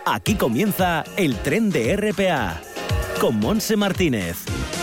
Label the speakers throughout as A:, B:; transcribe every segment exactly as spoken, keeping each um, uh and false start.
A: Aquí comienza el tren de R P A con Montse Martínez.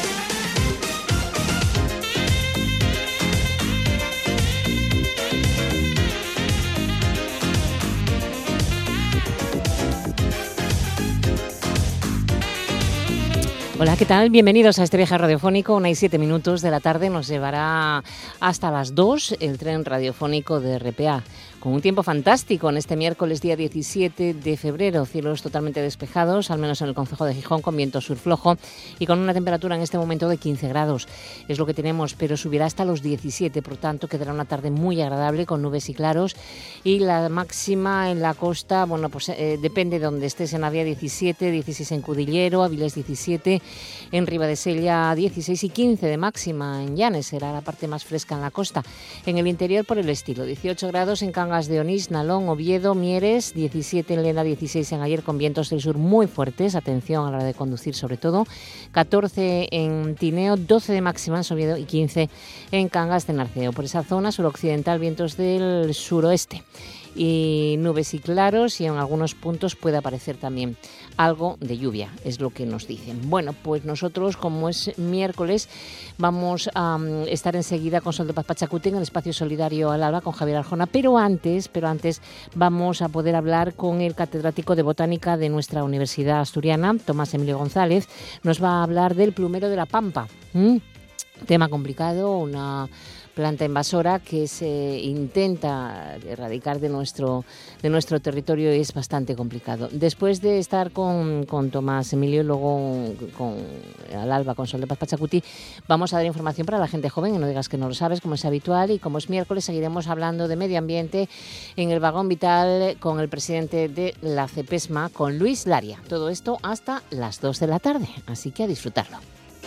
B: Hola, ¿qué tal? Bienvenidos a este viaje radiofónico. Una y siete minutos de la tarde nos llevará hasta las dos el tren radiofónico de R P A. Con un tiempo fantástico en este miércoles día diecisiete de febrero, cielos totalmente despejados, al menos en el concejo de Gijón, con viento sur flojo y con una temperatura en este momento de quince grados. Es lo que tenemos, pero subirá hasta los diecisiete, por tanto quedará una tarde muy agradable con nubes y claros, y la máxima en la costa, bueno, pues eh, depende de donde estés, en Avia diecisiete, dieciséis en Cudillero, Avilés diecisiete, en Ribadesella dieciséis y quince de máxima en Llanes, será la parte más fresca en la costa. En el interior por el estilo, dieciocho grados en Cangas de Onís, Nalón, Oviedo, Mieres, diecisiete en Lena, dieciséis en Ayer con vientos del sur muy fuertes, atención a la hora de conducir sobre todo, catorce en Tineo, doce de máxima en Oviedo y quince en Cangas de Narceo. Por esa zona suroccidental vientos del suroeste y nubes y claros, y en algunos puntos puede aparecer también algo de lluvia, es lo que nos dicen. Bueno, pues nosotros, como es miércoles, vamos a um, estar enseguida con Sol de Paz Pachacuti en el espacio solidario al alba con Javier Arjona, pero antes, pero antes vamos a poder hablar con el catedrático de botánica de nuestra Universidad Asturiana, Tomás Emilio González. Nos va a hablar del plumero de la Pampa. ¿Mm? Tema complicado, una planta invasora que se intenta erradicar de nuestro, de nuestro territorio, y es bastante complicado. Después de estar con, con Tomás Emilio, luego con al alba con Sol de Paz Pachacuti, vamos a dar información para la gente joven, y no digas que no lo sabes, como es habitual, y como es miércoles seguiremos hablando de medio ambiente en el vagón vital con el presidente de la CEPESMA, con Luis Laria. Todo esto hasta las dos de la tarde, así que a disfrutarlo.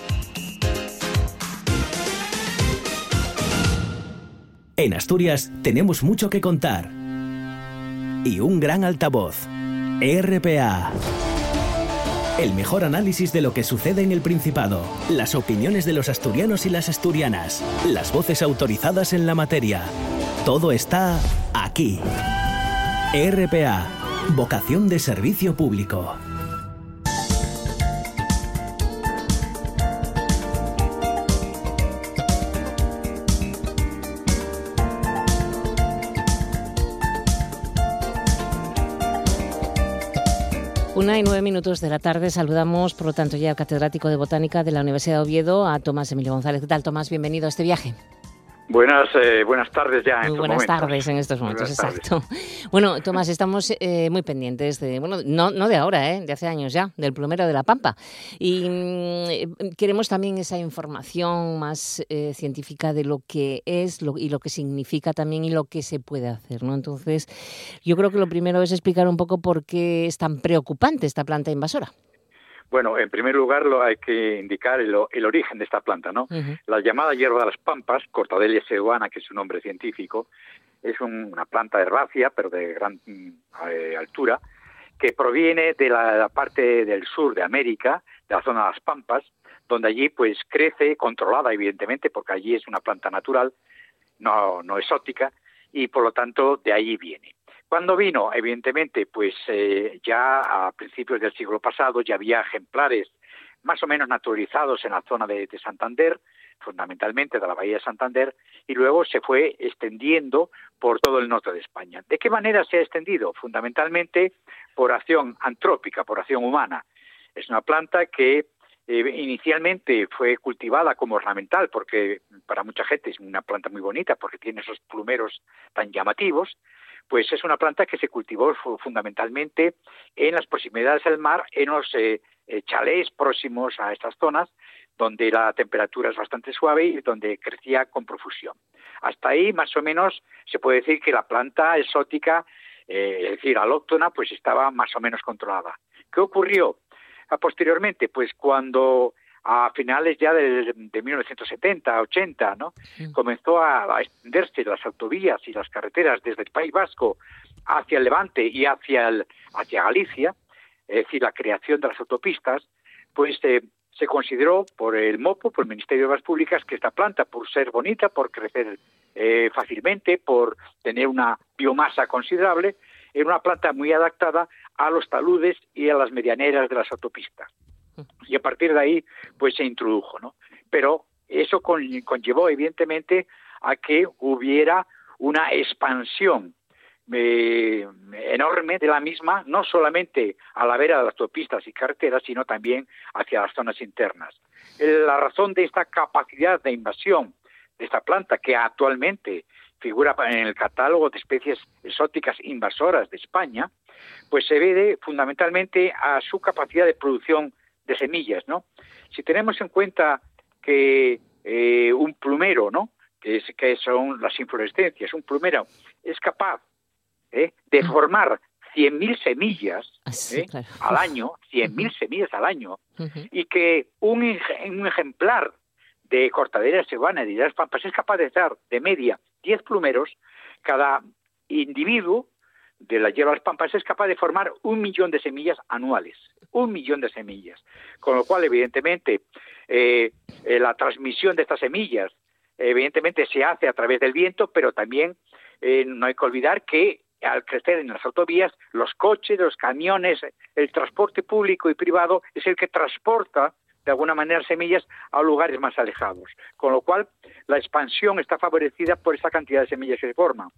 A: En Asturias tenemos mucho que contar y un gran altavoz. R P A. El mejor análisis de lo que sucede en el Principado, las opiniones de los asturianos y las asturianas, las voces autorizadas en la materia. Todo está aquí. R P A. Vocación de servicio público.
B: Una y nueve minutos de la tarde, saludamos por lo tanto ya al catedrático de botánica de la Universidad de Oviedo, a Tomás Emilio González. ¿Qué tal, Tomás? Bienvenido a este viaje.
C: Buenas, eh, buenas tardes ya.
B: Muy
C: en
B: buenas
C: momentos.
B: tardes en estos momentos,
C: buenas
B: exacto. Tardes. Bueno, Tomás, estamos eh, muy pendientes de, bueno, no, no de ahora, eh, de hace años ya, del plumero de la Pampa. Y mm, queremos también esa información más eh, científica de lo que es lo, y lo que significa también y lo que se puede hacer, ¿no? Entonces, yo creo que lo primero es explicar un poco por qué es tan preocupante esta planta invasora.
C: Bueno, en primer lugar lo hay que indicar el, el origen de esta planta, ¿no? Uh-huh. La llamada hierba de las pampas, Cortadelia cebuana, que es su nombre científico, es un, una planta herbácea, pero de gran eh, altura, que proviene de la, la parte del sur de América, de la zona de las pampas, donde allí pues crece, controlada evidentemente, porque allí es una planta natural, no, no exótica, y por lo tanto de ahí viene. Cuando vino, evidentemente, pues eh, ya a principios del siglo pasado ya había ejemplares más o menos naturalizados en la zona de, de Santander, fundamentalmente de la Bahía de Santander, y luego se fue extendiendo por todo el norte de España. ¿De qué manera se ha extendido? Fundamentalmente por acción antrópica, por acción humana. Es una planta que eh, inicialmente fue cultivada como ornamental, porque para mucha gente es una planta muy bonita, porque tiene esos plumeros tan llamativos. Pues es una planta que se cultivó fundamentalmente en las proximidades del mar, en los eh, eh, chalés próximos a estas zonas, donde la temperatura es bastante suave y donde crecía con profusión. Hasta ahí, más o menos, se puede decir que la planta exótica, eh, es decir, alóctona, pues estaba más o menos controlada. ¿Qué ocurrió? Ah, posteriormente, pues cuando a finales ya de, de mil novecientos setenta, ochenta, ¿no? Sí. Comenzó a, a extenderse las autovías y las carreteras desde el País Vasco hacia el Levante y hacia, el, hacia Galicia, es decir, la creación de las autopistas, pues eh, se consideró por el MOPO, por el Ministerio de Obras Públicas, que esta planta, por ser bonita, por crecer eh, fácilmente, por tener una biomasa considerable, era una planta muy adaptada a los taludes y a las medianeras de las autopistas. Y a partir de ahí, pues se introdujo, ¿no? Pero eso con, conllevó, evidentemente, a que hubiera una expansión eh, enorme de la misma, no solamente a la vera de las autopistas y carreteras, sino también hacia las zonas internas. La razón de esta capacidad de invasión de esta planta, que actualmente figura en el catálogo de especies exóticas invasoras de España, pues se debe fundamentalmente a su capacidad de producción de semillas, ¿no? Si tenemos en cuenta que eh, un plumero, ¿no?, que, es, que son las inflorescencias, un plumero es capaz ¿eh? de formar cien mil semillas
B: sí,
C: ¿eh?
B: claro.
C: al año, cien mil uh-huh. semillas al año,
B: uh-huh.
C: y que un, un ejemplar de Cortadelia sevana de las Pampas es capaz de dar de media diez plumeros, cada individuo de la hierba de las Pampas es capaz de formar un millón de semillas anuales, un millón de semillas, con lo cual evidentemente eh, eh, la transmisión de estas semillas evidentemente se hace a través del viento, pero también eh, no hay que olvidar que al crecer en las autovías, los coches, los camiones, el transporte público y privado es el que transporta de alguna manera semillas a lugares más alejados, con lo cual la expansión está favorecida por esa cantidad de semillas que se forman.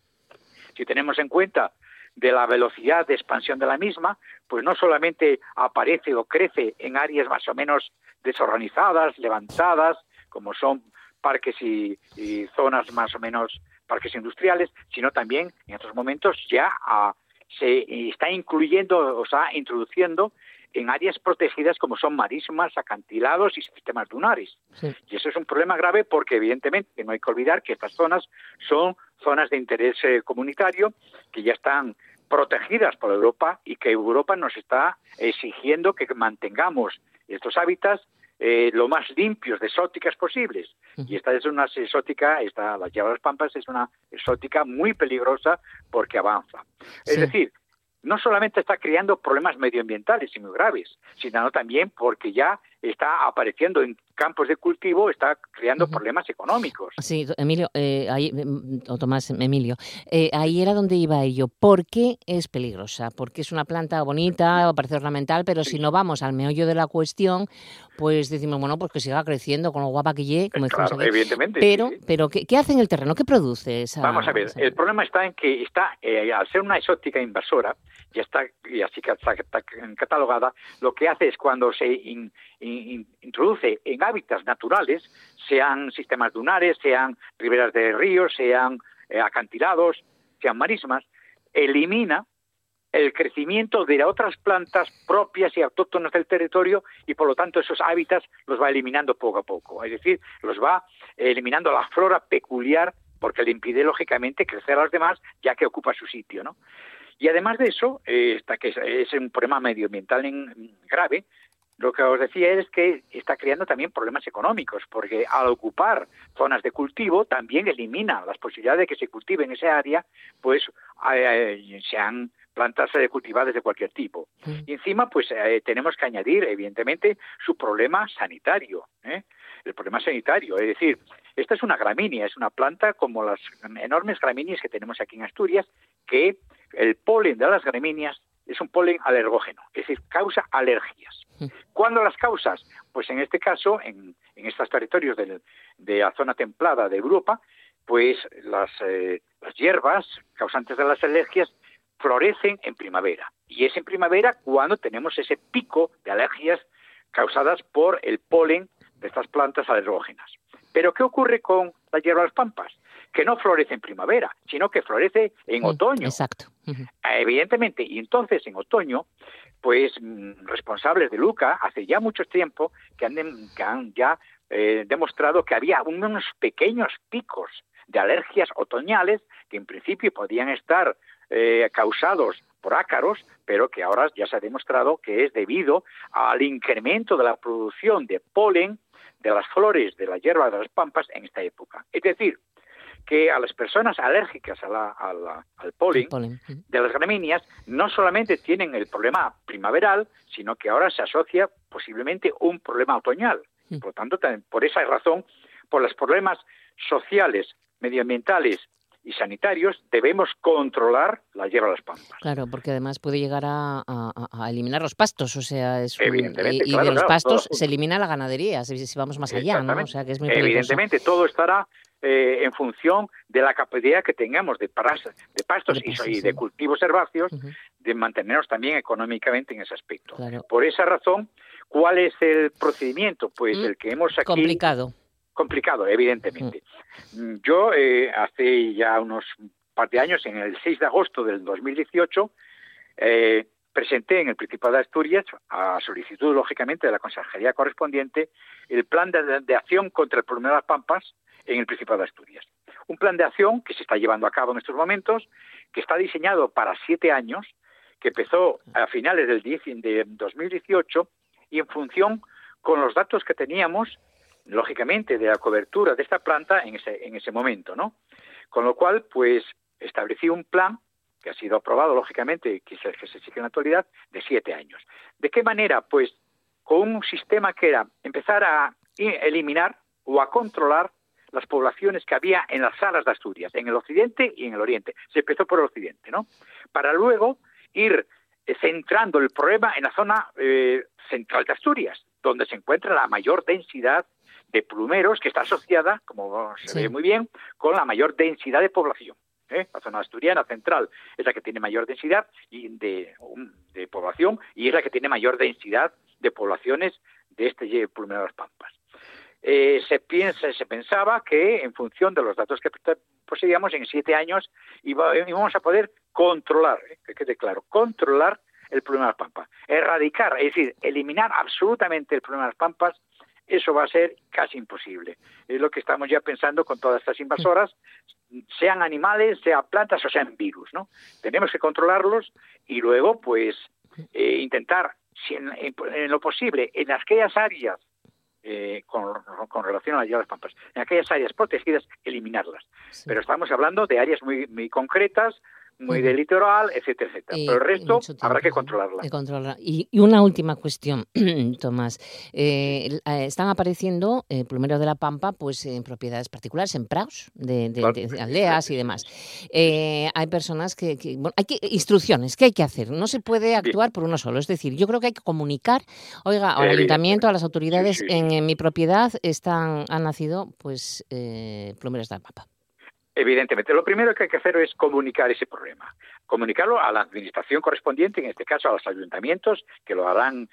C: Si tenemos en cuenta de la velocidad de expansión de la misma, pues no solamente aparece o crece en áreas más o menos desorganizadas, levantadas, como son parques y, y zonas más o menos parques industriales, sino también en estos momentos ya a, se está incluyendo, o sea, introduciendo en áreas protegidas como son marismas, acantilados y sistemas dunares. Sí. Y eso es un problema grave porque evidentemente no hay que olvidar que estas zonas son zonas de interés eh, comunitario que ya están protegidas por Europa y que Europa nos está exigiendo que mantengamos estos hábitats eh, lo más limpios de exóticas posibles. Uh-huh. Y esta es una exótica, esta, la hierba de las Pampas es una exótica muy peligrosa porque avanza. Sí. Es decir, no solamente está creando problemas medioambientales y muy graves, sino también porque ya está apareciendo en campos de cultivo, está creando uh-huh. problemas económicos.
B: Sí, Emilio, eh, ahí, o Tomás, Emilio, eh, ahí era donde iba yo. ¿Por qué es peligrosa? Porque es una planta bonita, parece ornamental, pero sí. si no vamos al meollo de la cuestión, pues decimos, bueno, pues que siga creciendo con lo guapa que llegue, como decimos
C: claro,
B: aquí.
C: Evidentemente.
B: Pero,
C: sí, sí.
B: pero ¿qué, ¿qué hace en el terreno? ¿Qué produce esa?
C: Vamos a ver,
B: esa...
C: el problema está en que está, eh, al ser una exótica invasora, ya está, y así que está, está catalogada, lo que hace es cuando se in, in, introduce en hábitats naturales, sean sistemas dunares, sean riberas de ríos, sean eh, acantilados, sean marismas, elimina el crecimiento de otras plantas propias y autóctonas del territorio y por lo tanto esos hábitats los va eliminando poco a poco, es decir, los va eliminando la flora peculiar porque le impide lógicamente crecer a los demás ya que ocupa su sitio, ¿no? Y además de eso, eh, está, que es, es un problema medioambiental en, grave, lo que os decía es que está creando también problemas económicos, porque al ocupar zonas de cultivo también elimina las posibilidades de que se cultive en esa área, pues eh, sean plantas eh, cultivadas de cualquier tipo. Sí. Y encima, pues eh, tenemos que añadir, evidentemente, su problema sanitario, ¿eh? El problema sanitario, es decir, esta es una gramínea, es una planta como las enormes gramíneas que tenemos aquí en Asturias, que el polen de las gramíneas es un polen alergógeno, es decir, causa alergias. ¿Cuándo las causas? Pues en este caso, en, en estos territorios del, de la zona templada de Europa, pues las, eh, las hierbas causantes de las alergias florecen en primavera. Y es en primavera cuando tenemos ese pico de alergias causadas por el polen de estas plantas alergógenas. Pero ¿qué ocurre con la hierba de las Pampas? Que no florece en primavera, sino que florece en mm, otoño.
B: Exacto.
C: Uh-huh. Evidentemente, y entonces en otoño, pues mmm, responsables de Luca hace ya mucho tiempo que han, de, que han ya eh, demostrado que había unos pequeños picos de alergias otoñales que en principio podían estar eh, causados por ácaros, pero que ahora ya se ha demostrado que es debido al incremento de la producción de polen de las flores de la hierba de las Pampas en esta época. Es decir, que a las personas alérgicas a la, a la, al polen, polen de las gramíneas no solamente tienen el problema primaveral, sino que ahora se asocia posiblemente un problema otoñal. Sí. Por lo tanto, también por esa razón, por los problemas sociales, medioambientales y sanitarios, debemos controlar la hierba de las pampas.
B: Claro, porque además puede llegar a, a, a eliminar los pastos, o sea, es un,
C: Evidentemente,
B: y, y
C: claro,
B: de los
C: claro,
B: pastos
C: todo.
B: se elimina la ganadería, si, si vamos más allá, ¿no? O sea, que es muy peligroso.
C: Evidentemente, todo estará eh, en función de la capacidad que tengamos de, paras, de pastos
B: de pastos,
C: y, y
B: sí.
C: de cultivos herbáceos, uh-huh. de mantenernos también económicamente en ese aspecto.
B: Claro.
C: Por esa razón, ¿cuál es el procedimiento? Pues mm, el que hemos aquí...
B: Complicado.
C: Complicado, evidentemente. Mm. Yo, eh, hace ya unos par de años, en el seis de agosto del dos mil dieciocho, eh, presenté en el Principado de Asturias, a solicitud, lógicamente, de la Consejería correspondiente, el plan de, de acción contra el problema de las pampas en el Principado de Asturias. Un plan de acción que se está llevando a cabo en estos momentos, que está diseñado para siete años, que empezó a finales del de dos mil dieciocho, y en función con los datos que teníamos, lógicamente, de la cobertura de esta planta en ese, en ese momento, ¿no? Con lo cual, pues, establecí un plan que ha sido aprobado, lógicamente, que se, que se sigue en la actualidad, de siete años. ¿De qué manera? Pues con un sistema que era empezar a eliminar o a controlar las poblaciones que había en las salas de Asturias, en el occidente y en el oriente. Se empezó por el occidente, ¿no? Para luego ir centrando el problema en la zona eh, central de Asturias, donde se encuentra la mayor densidad de plumeros, que está asociada, como se sí. ve muy bien, con la mayor densidad de población. ¿Eh? La zona asturiana central es la que tiene mayor densidad de, de población y es la que tiene mayor densidad de poblaciones de este plumero de las pampas. Eh, se piensa, se pensaba que en función de los datos que poseíamos en siete años iba, íbamos a poder controlar, ¿eh? que quede claro, controlar el plumero de las pampas, erradicar, es decir, eliminar absolutamente el plumero de las pampas. Eso va a ser casi imposible. Es lo que estamos ya pensando con todas estas invasoras, sean animales, sean plantas o sean virus, ¿no? Tenemos que controlarlos y luego, pues, eh, intentar, si en, en, en lo posible, en aquellas áreas, eh, con, con relación a las hierbas pampas, en aquellas áreas protegidas, eliminarlas. Sí. Pero estamos hablando de áreas muy, muy concretas, muy de litoral, etcétera, etcétera. Y, Pero el resto tiempo, habrá que controlarla.
B: De controlar. Y, y una última cuestión, Tomás. Eh, están apareciendo eh, plumeros de la pampa pues en propiedades particulares, en praus, de, de, de, de aldeas y demás. Eh, hay personas que... que bueno, hay que instrucciones, ¿qué hay que hacer? No se puede actuar Bien. por uno solo. Es decir, yo creo que hay que comunicar, oiga, al ayuntamiento, a las autoridades, sí, sí, sí. En, en mi propiedad están han nacido pues eh, plumeros de la pampa.
C: Evidentemente, lo primero que hay que hacer es comunicar ese problema, comunicarlo a la administración correspondiente, en este caso a los ayuntamientos, que lo harán,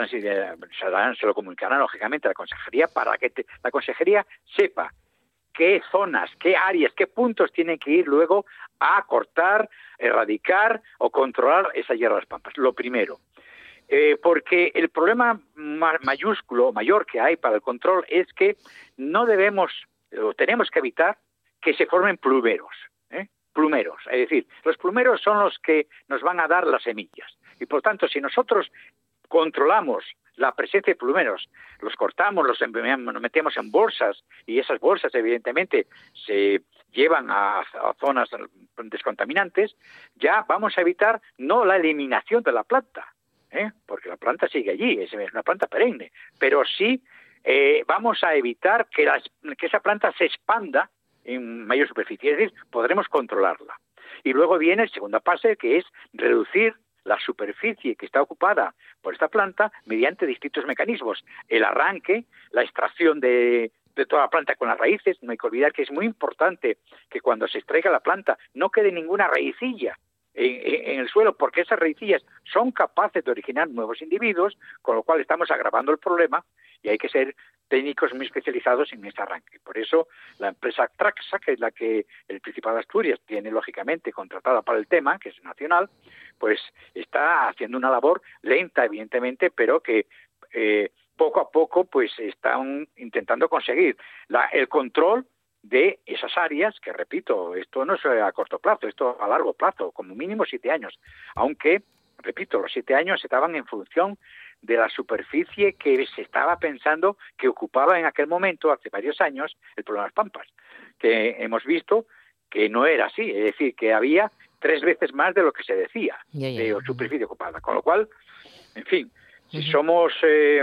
C: se, harán, se lo comunicarán lógicamente a la consejería, para que te, la consejería sepa qué zonas, qué áreas, qué puntos tienen que ir luego a cortar, erradicar o controlar esa hierba de las pampas. Lo primero. Eh, porque el problema ma- mayúsculo, mayor que hay para el control es que no debemos, o tenemos que evitar que se formen plumeros, ¿eh? plumeros, es decir, los plumeros son los que nos van a dar las semillas y por tanto si nosotros controlamos la presencia de plumeros, los cortamos, los metemos en bolsas y esas bolsas evidentemente se llevan a, a zonas descontaminantes, ya vamos a evitar no la eliminación de la planta, ¿eh? porque la planta sigue allí, es una planta perenne, pero sí eh, vamos a evitar que, las, que esa planta se expanda en mayor superficie, es decir, podremos controlarla. Y luego viene el segundo paso, que es reducir la superficie que está ocupada por esta planta mediante distintos mecanismos. El arranque, la extracción de, de toda la planta con las raíces. No hay que olvidar que es muy importante que cuando se extraiga la planta no quede ninguna raicilla en, en, en el suelo, porque esas raicillas son capaces de originar nuevos individuos, con lo cual estamos agravando el problema y hay que ser técnicos muy especializados en ese arranque. Por eso la empresa Traxa, que es la que el Principado de Asturias tiene lógicamente contratada para el tema, que es nacional, pues está haciendo una labor lenta, evidentemente, pero que eh, poco a poco pues están intentando conseguir la, el control de esas áreas, que repito, esto no es a corto plazo, esto a largo plazo, como mínimo siete años, aunque, repito, los siete años estaban en función de la superficie que se estaba pensando que ocupaba en aquel momento, hace varios años, el problema de las pampas, que hemos visto que no era así, es decir, que había tres veces más de lo que se decía yeah, yeah, de yeah. superficie ocupada, con lo cual, en fin, si uh-huh. somos eh,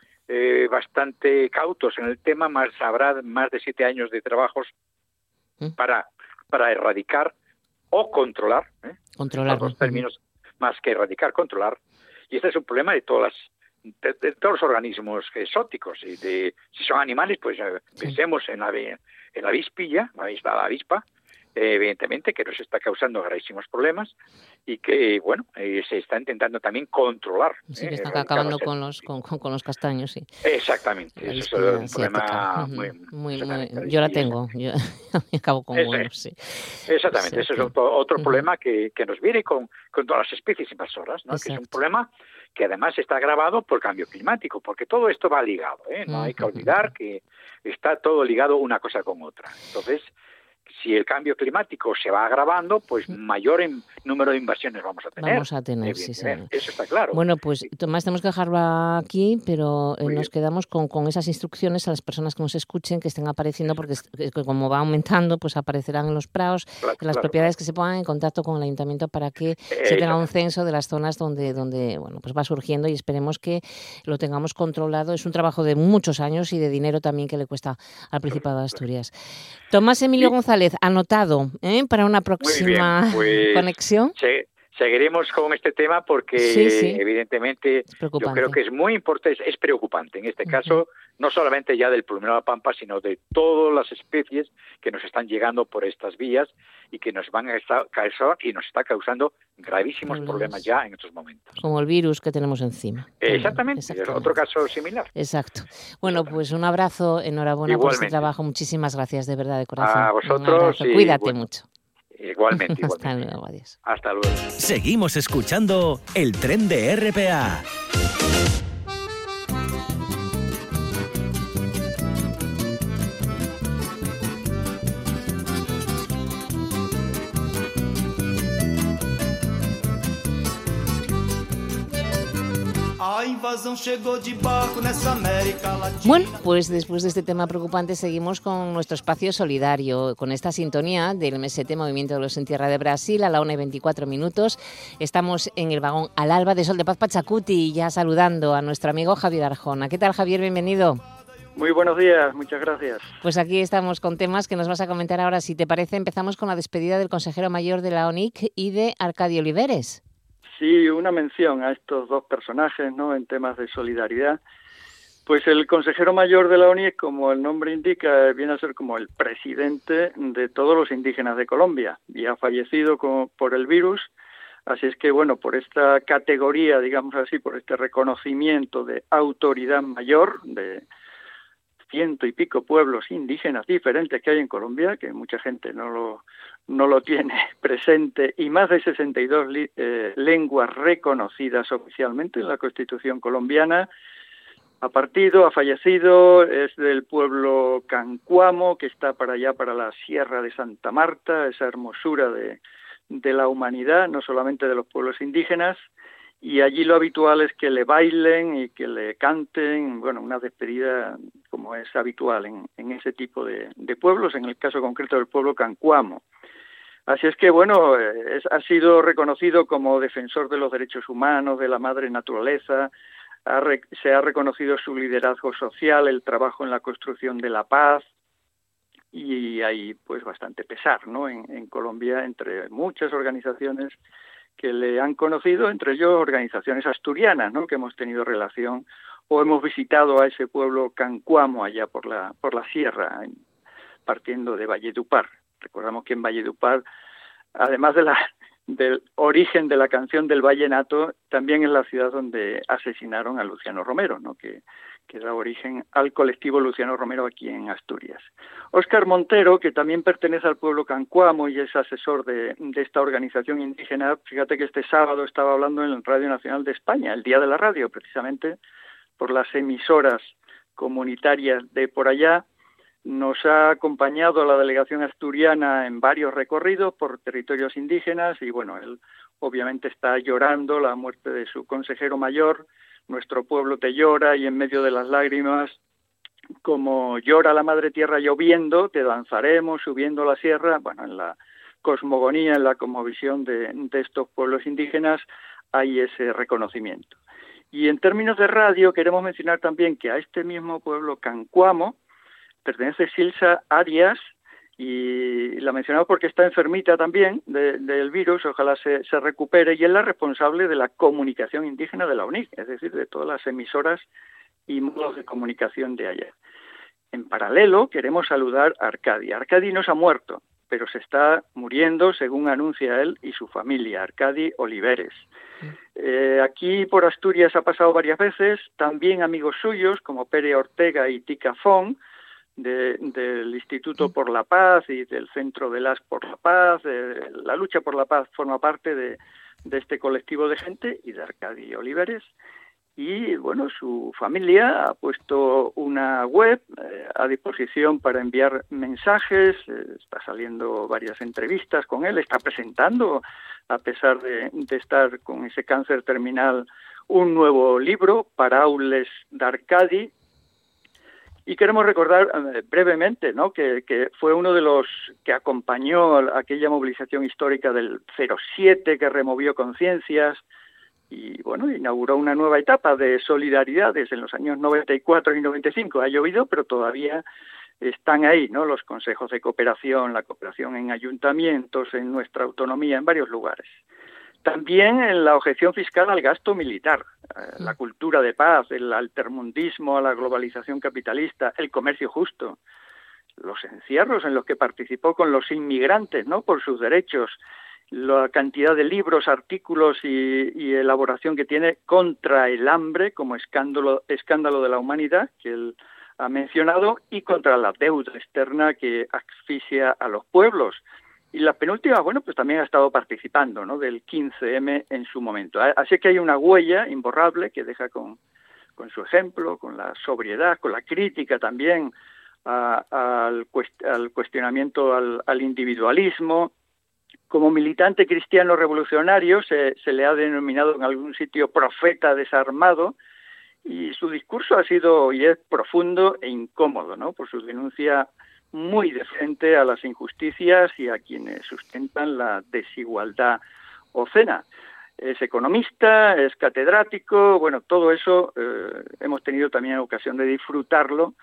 C: eh, bastante cautos en el tema, más habrá más de siete años de trabajos uh-huh. para para erradicar o controlar, ¿eh?
B: Controlar.
C: Los dos términos, más que erradicar, controlar. Y este es un problema de todas las, de, de todos los organismos exóticos. Y de, si son animales, pues eh, sí. pensemos en la, en la avispilla, la avispa, la avispa eh, evidentemente, que nos está causando gravísimos problemas y que, bueno, eh, se está intentando también controlar.
B: Sí, que están eh, acabando con los, con, con los castaños, sí.
C: Exactamente. Eso es un problema muy,
B: muy, muy... Yo la tengo, yo acabo con
C: Eso
B: uno,
C: es.
B: sí.
C: Exactamente, eso es otro, otro uh-huh. problema que, que nos viene con, con todas las especies invasoras, ¿no? Que es un problema que además está agravado por cambio climático, porque todo esto va ligado, ¿eh? No uh-huh. hay que olvidar que está todo ligado una cosa con otra. Entonces, si el cambio climático se va agravando, pues mayor en número de invasiones vamos a tener.
B: Vamos a tener, sí, sí.
C: Eso está claro.
B: Bueno, pues Tomás, tenemos que dejarlo aquí, pero eh, nos quedamos con, con esas instrucciones a las personas que nos escuchen, que estén apareciendo, porque como va aumentando, pues aparecerán en los prados, claro, en las claro, propiedades claro. que se pongan en contacto con el ayuntamiento para que eh, se tenga un censo de las zonas donde, donde bueno, pues va surgiendo, y esperemos que lo tengamos controlado. Es un trabajo de muchos años y de dinero también que le cuesta al Principado de Asturias. Tomás Emilio sí. González, anotado ¿eh? para una próxima
C: bien, pues,
B: conexión.
C: Sí. Seguiremos con este tema porque sí, sí. evidentemente yo creo que es muy importante, es preocupante en este uh-huh. caso, no solamente ya del plumero de la pampa, sino de todas las especies que nos están llegando por estas vías y que nos van a causar y nos está causando gravísimos problemas, problemas ya en estos momentos.
B: Como el virus que tenemos encima.
C: Exactamente, Exactamente. otro caso similar.
B: Exacto. Bueno, pues un abrazo, enhorabuena Igualmente. por este trabajo, muchísimas gracias de verdad de corazón.
C: A vosotros.
B: Sí, Cuídate
C: bueno.
B: mucho.
C: Igualmente, igualmente.
B: Hasta luego, adiós.
C: Hasta luego.
A: Seguimos escuchando el tren de R P A.
B: Bueno, pues después de este tema preocupante seguimos con nuestro espacio solidario, con esta sintonía del M S T, Movimiento de los en Tierra de Brasil, a la una y veinticuatro minutos. Estamos en el vagón al alba de Sol de Paz Pachacuti, ya saludando a nuestro amigo Javier Arjona. ¿Qué tal, Javier? Bienvenido.
D: Muy buenos días, muchas gracias.
B: Pues aquí estamos con temas que nos vas a comentar ahora. Si te parece, empezamos con la despedida del consejero mayor de la O N I C y de Arcadio Oliveres.
D: Sí, una mención a estos dos personajes, ¿no?, en temas de solidaridad. Pues el consejero mayor de la O N I C, como el nombre indica, viene a ser como el presidente de todos los indígenas de Colombia y ha fallecido con, por el virus. Así es que, bueno, por esta categoría, digamos así, por este reconocimiento de autoridad mayor de ciento y pico pueblos indígenas diferentes que hay en Colombia, que mucha gente no lo no lo tiene presente, y más de sesenta y dos li, eh, lenguas reconocidas oficialmente en la Constitución colombiana. Ha partido, ha fallecido, es del pueblo Cancuamo, que está para allá, para la Sierra de Santa Marta, esa hermosura de, de la humanidad, no solamente de los pueblos indígenas, y allí lo habitual es que le bailen y que le canten, bueno, una despedida como es habitual en, en ese tipo de, de pueblos, en el caso concreto del pueblo Cancuamo. Así es que, bueno, es, ha sido reconocido como defensor de los derechos humanos, de la madre naturaleza, ha re, se ha reconocido su liderazgo social, el trabajo en la construcción de la paz, y hay pues bastante pesar, ¿no?, en, en Colombia, entre muchas organizaciones que le han conocido, entre ellos organizaciones asturianas, ¿no?, que hemos tenido relación o hemos visitado a ese pueblo Cancuamo allá por la por la sierra, partiendo de Valledupar. Recordamos que en Valledupar, además de la, del origen de la canción del vallenato, también es la ciudad donde asesinaron a Luciano Romero, ¿no?, que, que da origen al colectivo Luciano Romero aquí en Asturias. Óscar Montero, que también pertenece al pueblo Cancuamo y es asesor de, de esta organización indígena, fíjate que este sábado estaba hablando en Radio Nacional de España, el Día de la Radio, precisamente por las emisoras comunitarias de por allá. Nos ha acompañado la delegación asturiana en varios recorridos por territorios indígenas y, bueno, él obviamente está llorando la muerte de su consejero mayor. Nuestro pueblo te llora y en medio de las lágrimas, como llora la madre tierra lloviendo, te danzaremos subiendo la sierra. Bueno, en la cosmogonía, en la cosmovisión de, de estos pueblos indígenas hay ese reconocimiento. Y en términos de radio queremos mencionar también que a este mismo pueblo Cancuamo pertenece Silsa Arias, y la mencionamos porque está enfermita también de, del virus, ojalá se, se recupere, y es la responsable de la comunicación indígena de la U N I C, es decir, de todas las emisoras y modos de comunicación de allá. En paralelo, queremos saludar a Arcadi. Arcadi no se ha muerto, pero se está muriendo, según anuncia él y su familia, Arcadi Oliveres. Eh, aquí por Asturias ha pasado varias veces, también amigos suyos como Pere Ortega y Tica Fon, de, del Instituto por la Paz y del Centro de las por la Paz. Eh, la lucha por la paz forma parte de, de este colectivo de gente y de Arcadi Oliveres. Y bueno, su familia ha puesto una web eh, a disposición para enviar mensajes, eh, está saliendo varias entrevistas con él, está presentando, a pesar de, de estar con ese cáncer terminal, un nuevo libro, Paraules d'Arcadi. Y queremos recordar eh, brevemente, ¿no?, que, que fue uno de los que acompañó a aquella movilización histórica del cero siete, que removió conciencias, y bueno, inauguró una nueva etapa de solidaridades en los años noventa y cuatro y noventa y cinco. Ha llovido, pero todavía están ahí, ¿no?, los consejos de cooperación, la cooperación en ayuntamientos, en nuestra autonomía, en varios lugares. También en la objeción fiscal al gasto militar, eh, la cultura de paz, el altermundismo a la globalización capitalista, el comercio justo, los encierros en los que participó con los inmigrantes, ¿no?, por sus derechos, la cantidad de libros, artículos y, y elaboración que tiene contra el hambre como escándalo, escándalo de la humanidad, que él ha mencionado, y contra la deuda externa que asfixia a los pueblos. Y la penúltima, bueno, pues también ha estado participando, ¿no?, del quince eme en su momento. Así que hay una huella imborrable que deja con, con su ejemplo, con la sobriedad, con la crítica también a, a, al, cuest, al cuestionamiento al, al individualismo. Como militante cristiano revolucionario se, se le ha denominado en algún sitio profeta desarmado, y su discurso ha sido y es profundo e incómodo, ¿no?, por su denuncia muy de frente a las injusticias y a quienes sustentan la desigualdad obscena. Es economista, es catedrático, bueno, todo eso eh, hemos tenido también ocasión de disfrutarlo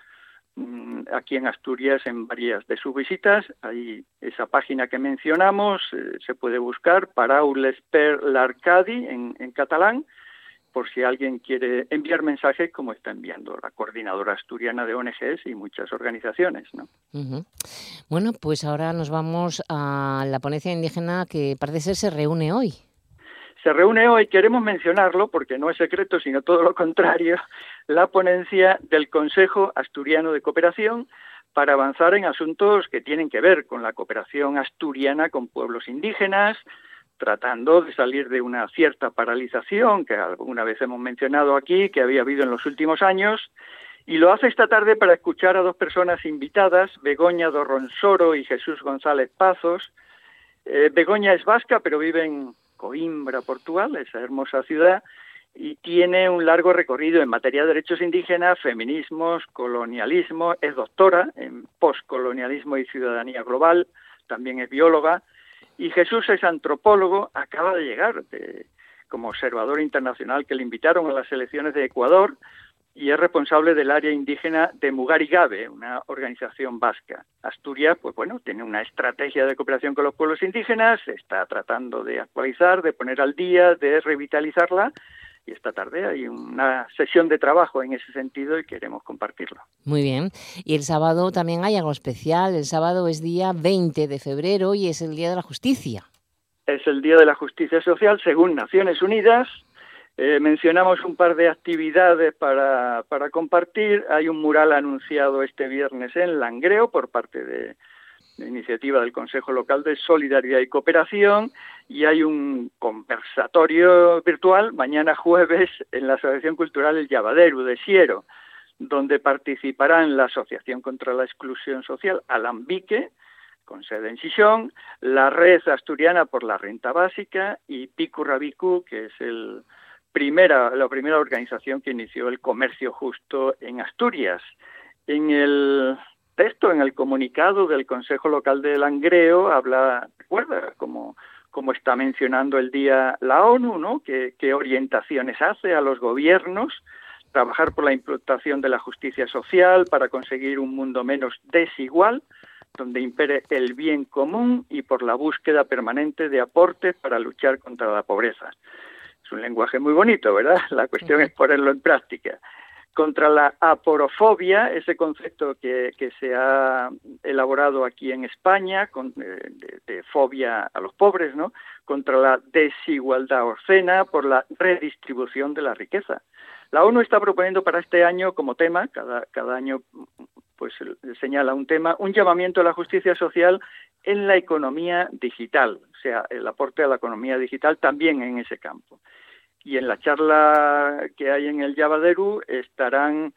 D: aquí en Asturias en varias de sus visitas. Hay esa página que mencionamos, eh, se puede buscar, Paraules per l'Arcadi en, en catalán, por si alguien quiere enviar mensajes, como está enviando la Coordinadora Asturiana de O N Ges y muchas organizaciones, ¿no?
B: Uh-huh. Bueno, pues ahora nos vamos a la ponencia indígena que parece ser se reúne hoy.
D: Se reúne hoy, queremos mencionarlo porque no es secreto, sino todo lo contrario, la ponencia del Consejo Asturiano de Cooperación para avanzar en asuntos que tienen que ver con la cooperación asturiana con pueblos indígenas, tratando de salir de una cierta paralización que alguna vez hemos mencionado aquí, que había habido en los últimos años, y lo hace esta tarde para escuchar a dos personas invitadas, Begoña Dorronsoro y Jesús González Pazos. Eh, Begoña es vasca, pero vive en Coimbra, Portugal, esa hermosa ciudad, y tiene un largo recorrido en materia de derechos indígenas, feminismos, colonialismo, es doctora en postcolonialismo y ciudadanía global, también es bióloga, y Jesús es antropólogo, acaba de llegar de, como observador internacional que le invitaron a las elecciones de Ecuador, y es responsable del área indígena de Mugarigabe, una organización vasca. Asturias, pues bueno, tiene una estrategia de cooperación con los pueblos indígenas, se está tratando de actualizar, de poner al día, de revitalizarla, y esta tarde hay una sesión de trabajo en ese sentido y queremos compartirlo.
B: Muy bien. Y el sábado también hay algo especial. El sábado es día veinte de febrero y es el Día de la Justicia.
D: Es el Día de la Justicia Social, según Naciones Unidas. Eh, mencionamos un par de actividades para, para compartir. Hay un mural anunciado este viernes en Langreo por parte de, de iniciativa del Consejo Local de Solidaridad y Cooperación, y hay un conversatorio virtual mañana jueves en la Asociación Cultural El Llavaderu de Siero, donde participarán la Asociación contra la Exclusión Social Alambique, con sede en Xixón, la Red Asturiana por la Renta Básica y Picu Rabicu, que es el Primera, la primera organización que inició el comercio justo en Asturias. En el texto, en el comunicado del Consejo Local de Langreo, habla, recuerda, como, como está mencionando el día la ONU, ¿no?, que, que orientaciones hace a los gobiernos, trabajar por la implantación de la justicia social para conseguir un mundo menos desigual, donde impere el bien común y por la búsqueda permanente de aportes para luchar contra la pobreza. Es un lenguaje muy bonito, ¿verdad? La cuestión es ponerlo en práctica. Contra la aporofobia, ese concepto que, que se ha elaborado aquí en España, con, eh, de, de fobia a los pobres, ¿no? Contra la desigualdad obscena por la redistribución de la riqueza. La ONU está proponiendo para este año como tema, cada, cada año pues señala un tema, un llamamiento a la justicia social en la economía digital, o sea, el aporte a la economía digital también en ese campo. Y en la charla que hay en el Llavaderu estarán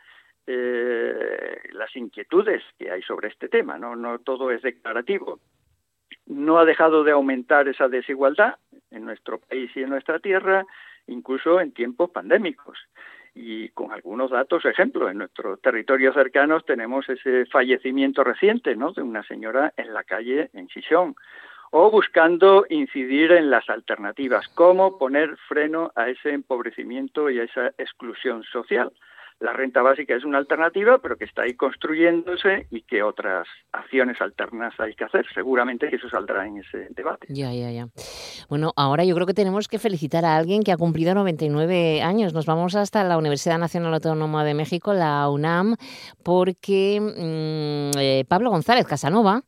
D: eh, las inquietudes que hay sobre este tema, ¿no? No todo es declarativo. No ha dejado de aumentar esa desigualdad en nuestro país y en nuestra tierra, incluso en tiempos pandémicos. Y con algunos datos, ejemplo, en nuestros territorios cercanos tenemos ese fallecimiento reciente, ¿no?, de una señora en la calle en Xixón, o buscando incidir en las alternativas, cómo poner freno a ese empobrecimiento y a esa exclusión social. La renta básica es una alternativa, pero que está ahí construyéndose y que otras acciones alternas hay que hacer. Seguramente que eso saldrá en ese debate.
B: Ya, ya, ya. Bueno, ahora yo creo que tenemos que felicitar a alguien que ha cumplido noventa y nueve años. Nos vamos hasta la Universidad Nacional Autónoma de México, la UNAM, porque mmm, eh, Pablo González Casanova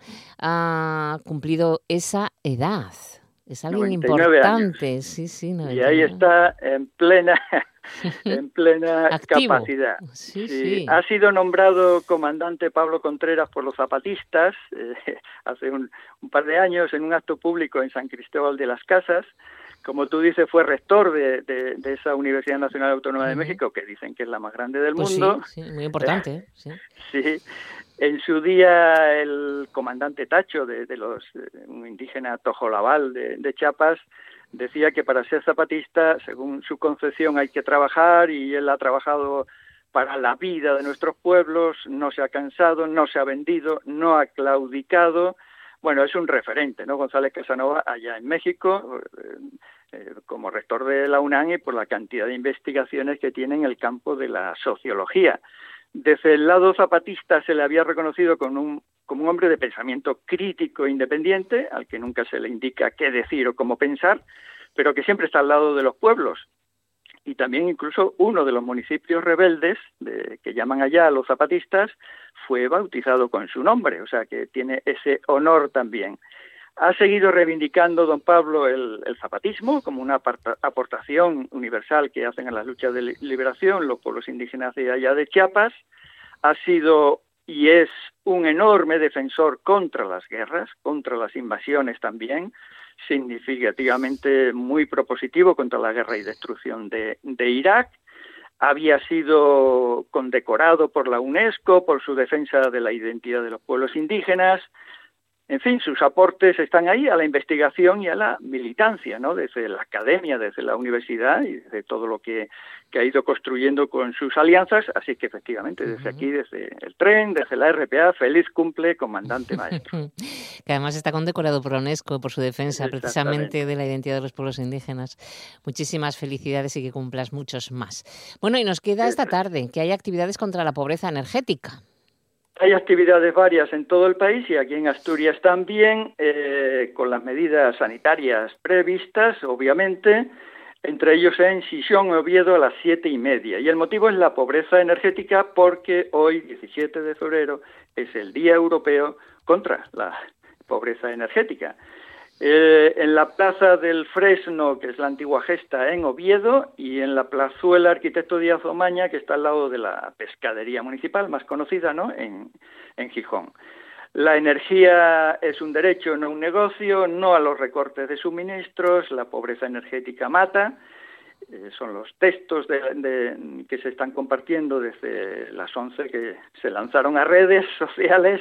B: ha cumplido esa edad. Es alguien importante.
D: Años.
B: Sí, sí,
D: noventa y nueve. Y ahí está en plena... en plena capacidad.
B: Sí,
D: sí.
B: Sí.
D: Ha sido nombrado comandante Pablo Contreras por los zapatistas eh, hace un, un par de años en un acto público en San Cristóbal de las Casas. Como tú dices, fue rector de, de, de esa Universidad Nacional Autónoma uh-huh. de México, que dicen que es la más grande del
B: pues
D: mundo.
B: Sí, sí, muy importante. Eh, sí.
D: sí. En su día, el comandante Tacho, de, de los un indígena Tojolabal de, de Chiapas, decía que para ser zapatista, según su concepción, hay que trabajar, y él ha trabajado para la vida de nuestros pueblos, no se ha cansado, no se ha vendido, no ha claudicado. Bueno, es un referente, ¿no? González Casanova allá en México, eh, eh, como rector de la UNAM, y por la cantidad de investigaciones que tiene en el campo de la sociología. Desde el lado zapatista se le había reconocido con un, como un hombre de pensamiento crítico e independiente, al que nunca se le indica qué decir o cómo pensar, pero que siempre está al lado de los pueblos. Y también incluso uno de los municipios rebeldes, de, que llaman allá a los zapatistas, fue bautizado con su nombre, o sea que tiene ese honor también. Ha seguido reivindicando don Pablo el, el zapatismo como una aportación universal que hacen a las luchas de liberación los pueblos indígenas de allá de Chiapas. Ha sido y es un enorme defensor contra las guerras, contra las invasiones también, significativamente muy propositivo contra la guerra y destrucción de, de Irak. Había sido condecorado por la UNESCO por su defensa de la identidad de los pueblos indígenas. En fin, sus aportes están ahí a la investigación y a la militancia, ¿no? Desde la academia, desde la universidad y desde todo lo que, que ha ido construyendo con sus alianzas. Así que efectivamente, desde aquí, desde el tren, desde la R P A, feliz cumple, comandante maestro.
B: Que además está condecorado por la UNESCO por su defensa precisamente de la identidad de los pueblos indígenas. Muchísimas felicidades y que cumplas muchos más. Bueno, y nos queda esta tarde que hay actividades contra la pobreza energética.
D: Hay actividades varias en todo el país y aquí en Asturias también, eh, con las medidas sanitarias previstas, obviamente, entre ellos en Xixón, Oviedo, a las siete y media. Y el motivo es la pobreza energética, porque hoy, diecisiete de febrero, es el Día Europeo contra la pobreza energética. Eh, en la Plaza del Fresno, que es la antigua Gesta en Oviedo, y en la Plazuela Arquitecto Díaz Omaña, que está al lado de la pescadería municipal más conocida, ¿no?, en, en Gijón. La energía es un derecho, no un negocio, no a los recortes de suministros, la pobreza energética mata. Eh, son los textos de, de, que se están compartiendo desde las once que se lanzaron a redes sociales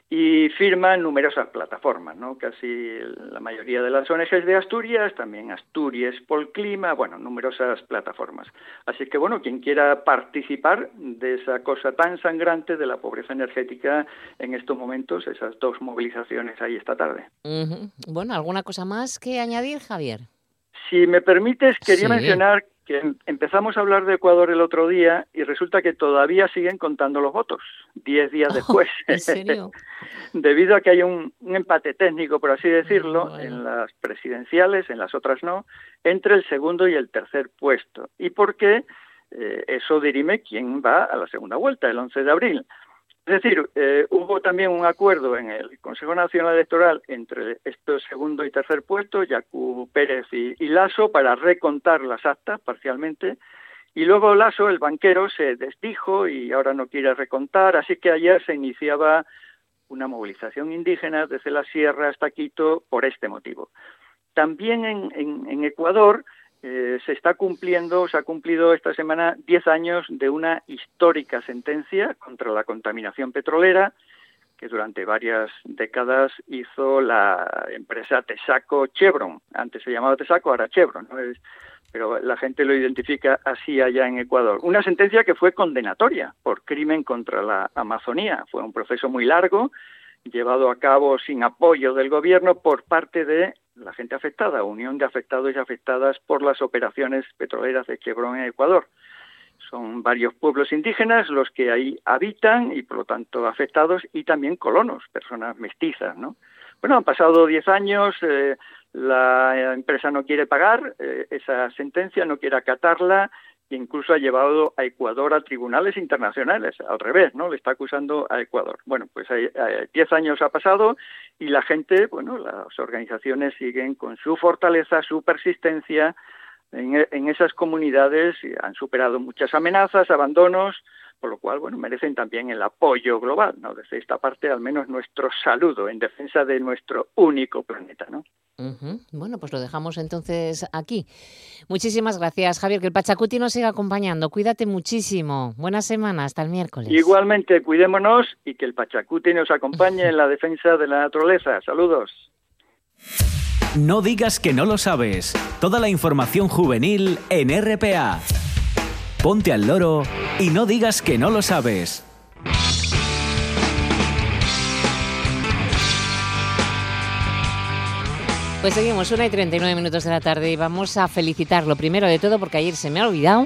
D: y firman numerosas plataformas, ¿no? Casi la mayoría de las O N Ges de Asturias, también Asturias por Clima, bueno, numerosas plataformas. Así que, bueno, quien quiera participar de esa cosa tan sangrante de la pobreza energética en estos momentos, esas dos movilizaciones ahí esta tarde.
B: Uh-huh. Bueno, ¿alguna cosa más que añadir, Javier?
D: Si me permites, quería sí. mencionar que empezamos a hablar de Ecuador el otro día y resulta que todavía siguen contando los votos, diez días después.
B: Oh, ¿en serio?
D: Debido a que hay un, un empate técnico, por así decirlo,
B: bueno.
D: en las presidenciales, en las otras no, entre el segundo y el tercer puesto. Y porque eh, eso dirime quién va a la segunda vuelta, el once de abril. Es decir, eh, hubo también un acuerdo en el Consejo Nacional Electoral entre estos segundo y tercer puestos, Yacu, Pérez y, y Lasso, para recontar las actas parcialmente, y luego Lasso, el banquero, se desdijo y ahora no quiere recontar, así que ayer se iniciaba una movilización indígena desde la sierra hasta Quito por este motivo. También en, en, en Ecuador Eh, se está cumpliendo, se ha cumplido esta semana diez años de una histórica sentencia contra la contaminación petrolera que durante varias décadas hizo la empresa Texaco Chevron. Antes se llamaba Texaco, ahora Chevron, ¿no? Es, pero la gente lo identifica así allá en Ecuador. Una sentencia que fue condenatoria por crimen contra la Amazonía. Fue un proceso muy largo, llevado a cabo sin apoyo del gobierno por parte de la gente afectada, Unión de Afectados y Afectadas por las operaciones petroleras de Chevron en Ecuador. Son varios pueblos indígenas los que ahí habitan y por lo tanto afectados, y también colonos, personas mestizas, ¿no? Bueno, han pasado diez años, eh, la empresa no quiere pagar eh, esa sentencia, no quiere acatarla, e incluso ha llevado a Ecuador a tribunales internacionales, al revés, ¿no? Le está acusando a Ecuador. Bueno, pues hay, hay, diez años ha pasado y la gente, bueno, las organizaciones siguen con su fortaleza, su persistencia en, en esas comunidades, y han superado muchas amenazas, abandonos, por lo cual, bueno, merecen también el apoyo global, ¿no? Desde esta parte, al menos nuestro saludo en defensa de nuestro único planeta, ¿no?
B: Uh-huh. Bueno, pues lo dejamos entonces aquí. Muchísimas gracias, Javier, que el Pachacuti nos siga acompañando. Cuídate muchísimo. Buena semana, hasta el miércoles.
D: Igualmente, cuidémonos y que el Pachacuti nos acompañe en la defensa de la naturaleza. Saludos.
A: No digas que no lo sabes. Toda la información juvenil en R P A. Ponte al loro y no digas que no lo sabes.
B: Pues seguimos, una y treinta y nueve minutos de la tarde, y vamos a felicitarlo primero de todo, porque ayer se me ha olvidado,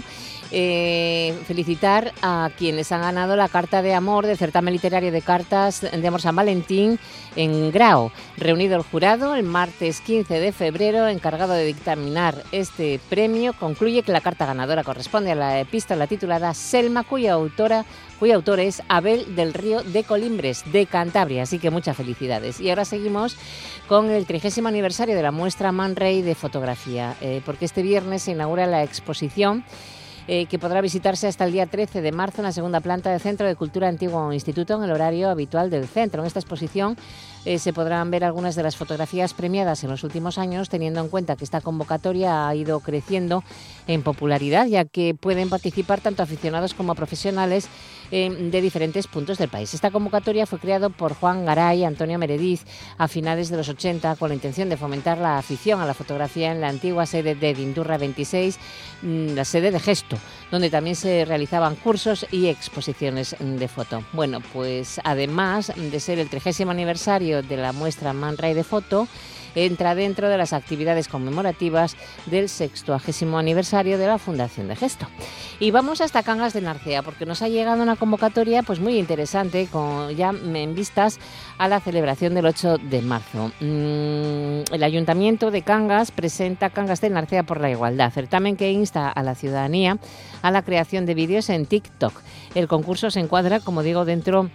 B: eh, felicitar a quienes han ganado la carta de amor del certamen literario de cartas de amor San Valentín en Grao. Reunido el jurado el martes quince de febrero, encargado de dictaminar este premio, concluye que la carta ganadora corresponde a la epístola titulada Selma, cuya autora cuyo autor es Abel del Río de Colimbres, de Cantabria. Así que muchas felicidades. Y ahora seguimos con el trigésimo aniversario de la muestra Man Ray de fotografía, eh, porque este viernes se inaugura la exposición Eh, que podrá visitarse hasta el día trece de marzo en la segunda planta del Centro de Cultura Antiguo Instituto, en el horario habitual del centro. En esta exposición eh, se podrán ver algunas de las fotografías premiadas en los últimos años, teniendo en cuenta que esta convocatoria ha ido creciendo en popularidad, ya que pueden participar tanto aficionados como profesionales eh, de diferentes puntos del país. Esta convocatoria fue creada por Juan Garay y Antonio Merediz a finales de los ochenta, con la intención de fomentar la afición a la fotografía en la antigua sede de Dindurra veintiséis, la sede de Gesto, donde también se realizaban cursos y exposiciones de foto. Bueno, pues además de ser el trigésimo aniversario de la muestra Man Ray de foto, entra dentro de las actividades conmemorativas del sextuagésimo aniversario de la Fundación de Gesto. Y vamos hasta Cangas de Narcea, porque nos ha llegado una convocatoria pues muy interesante, con, ya en vistas a la celebración del ocho de marzo. Mm, el Ayuntamiento de Cangas presenta Cangas de Narcea por la Igualdad, certamen que insta a la ciudadanía a la creación de vídeos en TikTok. El concurso se encuadra, como digo, dentro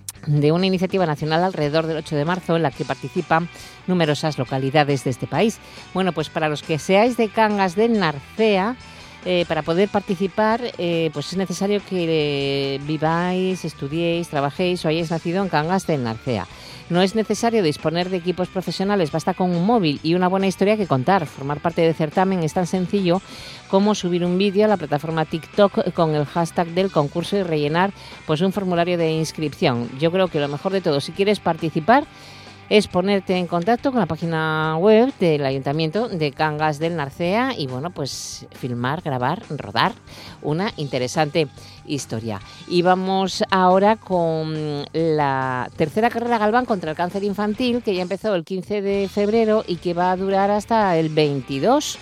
B: de una iniciativa nacional alrededor del ocho de marzo, en la que participan numerosas localidades de este país. Bueno, pues para los que seáis de Cangas de Narcea, eh, para poder participar, eh, pues es necesario que eh, viváis, estudiéis, trabajéis o hayáis nacido en Cangas de Narcea. No es necesario disponer de equipos profesionales, basta con un móvil y una buena historia que contar. Formar parte del certamen es tan sencillo como subir un vídeo a la plataforma TikTok con el hashtag del concurso y rellenar pues un formulario de inscripción. Yo creo que lo mejor de todo, si quieres participar, es ponerte en contacto con la página web del Ayuntamiento de Cangas del Narcea y, bueno, pues filmar, grabar, rodar una interesante historia. Y vamos ahora con la tercera carrera Galván contra el cáncer infantil, que ya empezó el quince de febrero y que va a durar hasta el veintidós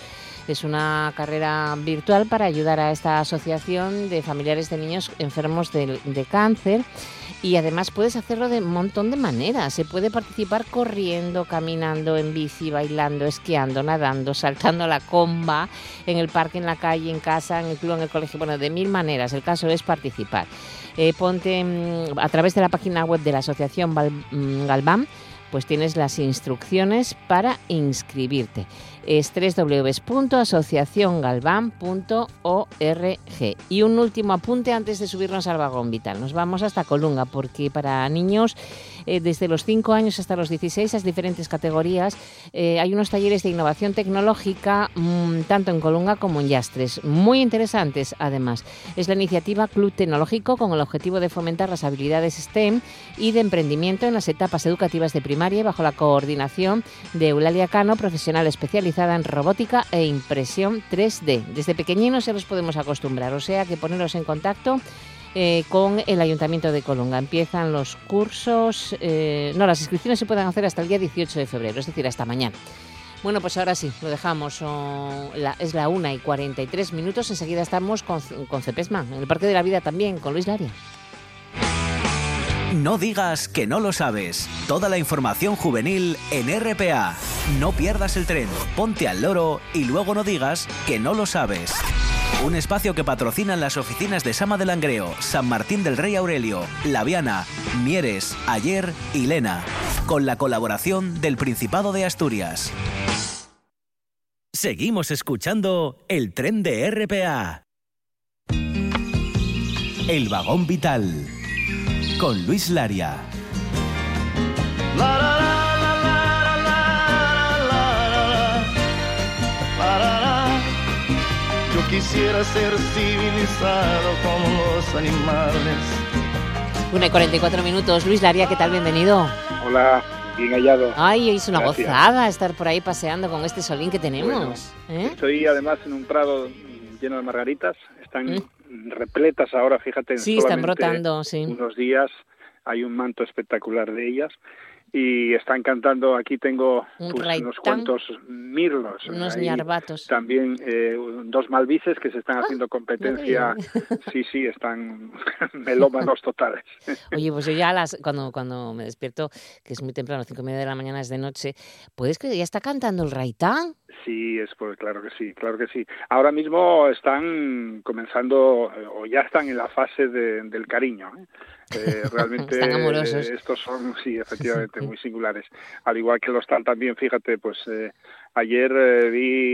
B: Es una carrera virtual para ayudar a esta asociación de familiares de niños enfermos de, de cáncer. Y además puedes hacerlo de un montón de maneras. Se puede participar corriendo, caminando, en bici, bailando, esquiando, nadando, saltando la comba, en el parque, en la calle, en casa, en el club, en el colegio. Bueno, de mil maneras. El caso es participar. Eh, ponte mmm, a través de la página web de la Asociación Val, mmm, Galván, pues tienes las instrucciones para inscribirte. Es doble u doble u doble u punto asociación galván punto org. Y un último apunte antes de subirnos al vagón vital. Nos vamos hasta Colunga, porque para niños eh, desde los cinco años hasta los dieciséis, las diferentes categorías, eh, hay unos talleres de innovación tecnológica mmm, tanto en Colunga como en Yastres. Muy interesantes, además. Es la iniciativa Club Tecnológico con el objetivo de fomentar las habilidades STEM y de emprendimiento en las etapas educativas de primaria, bajo la coordinación de Eulalia Cano, profesional especializada en robótica e impresión tres D. Desde pequeñinos ya los podemos acostumbrar, o sea que poneros en contacto eh, con el Ayuntamiento de Colunga. Empiezan los cursos, eh, no, las inscripciones se pueden hacer hasta el día dieciocho de febrero, es decir, hasta mañana. Bueno, pues ahora sí, lo dejamos. Oh, la, es la una y cuarenta y tres minutos. Enseguida estamos con, con Cepesma, en el Parque de la Vida también, con Luis Laria.
A: No digas que no lo sabes. Toda la información juvenil en R P A. No pierdas el tren, ponte al loro y luego no digas que no lo sabes. Un espacio que patrocinan las oficinas de Sama de Langreo, San Martín del Rey Aurelio, La Viana, Mieres, Ayer y Lena. Con la colaboración del Principado de Asturias. Seguimos escuchando el tren de R P A. El vagón vital. Con Luis Laria.
E: La, la, la, la, la, la, la, la, la, la. Yo quisiera ser civilizado como los animales.
B: una y cuarenta y cuatro minutos. Luis Laria, ¿qué tal? Bienvenido.
F: Hola, bien hallado.
B: Ay, es una
F: Gracias.
B: Gozada estar por ahí paseando con este solín que tenemos.
F: Bueno,
B: ¿eh?
F: Estoy además en un prado lleno de margaritas. Están
B: ¿Mm?
F: repletas ahora, fíjate.
B: Sí, están brotando, sí.
F: Unos días hay un manto espectacular de ellas. Y están cantando, aquí tengo
B: un
F: pues,
B: raitán,
F: unos cuantos mirlos.
B: Unos
F: ahí,
B: ñarbatos.
F: También eh, dos malvices que se están haciendo competencia.
B: No
F: sí, sí, están melómanos totales.
B: Oye, pues yo ya las, cuando, cuando me despierto, que es muy temprano, cinco y media de la mañana, es de noche, ¿puedes creer que ya está cantando el raitán?
F: Sí, es pues, claro que sí, claro que sí. Ahora mismo están comenzando, o ya están en la fase de, del cariño, ¿eh? Eh, realmente
B: están amorosos.
F: Eh, estos son, sí, efectivamente, muy singulares. Al igual que lo están también, fíjate, pues eh, ayer eh,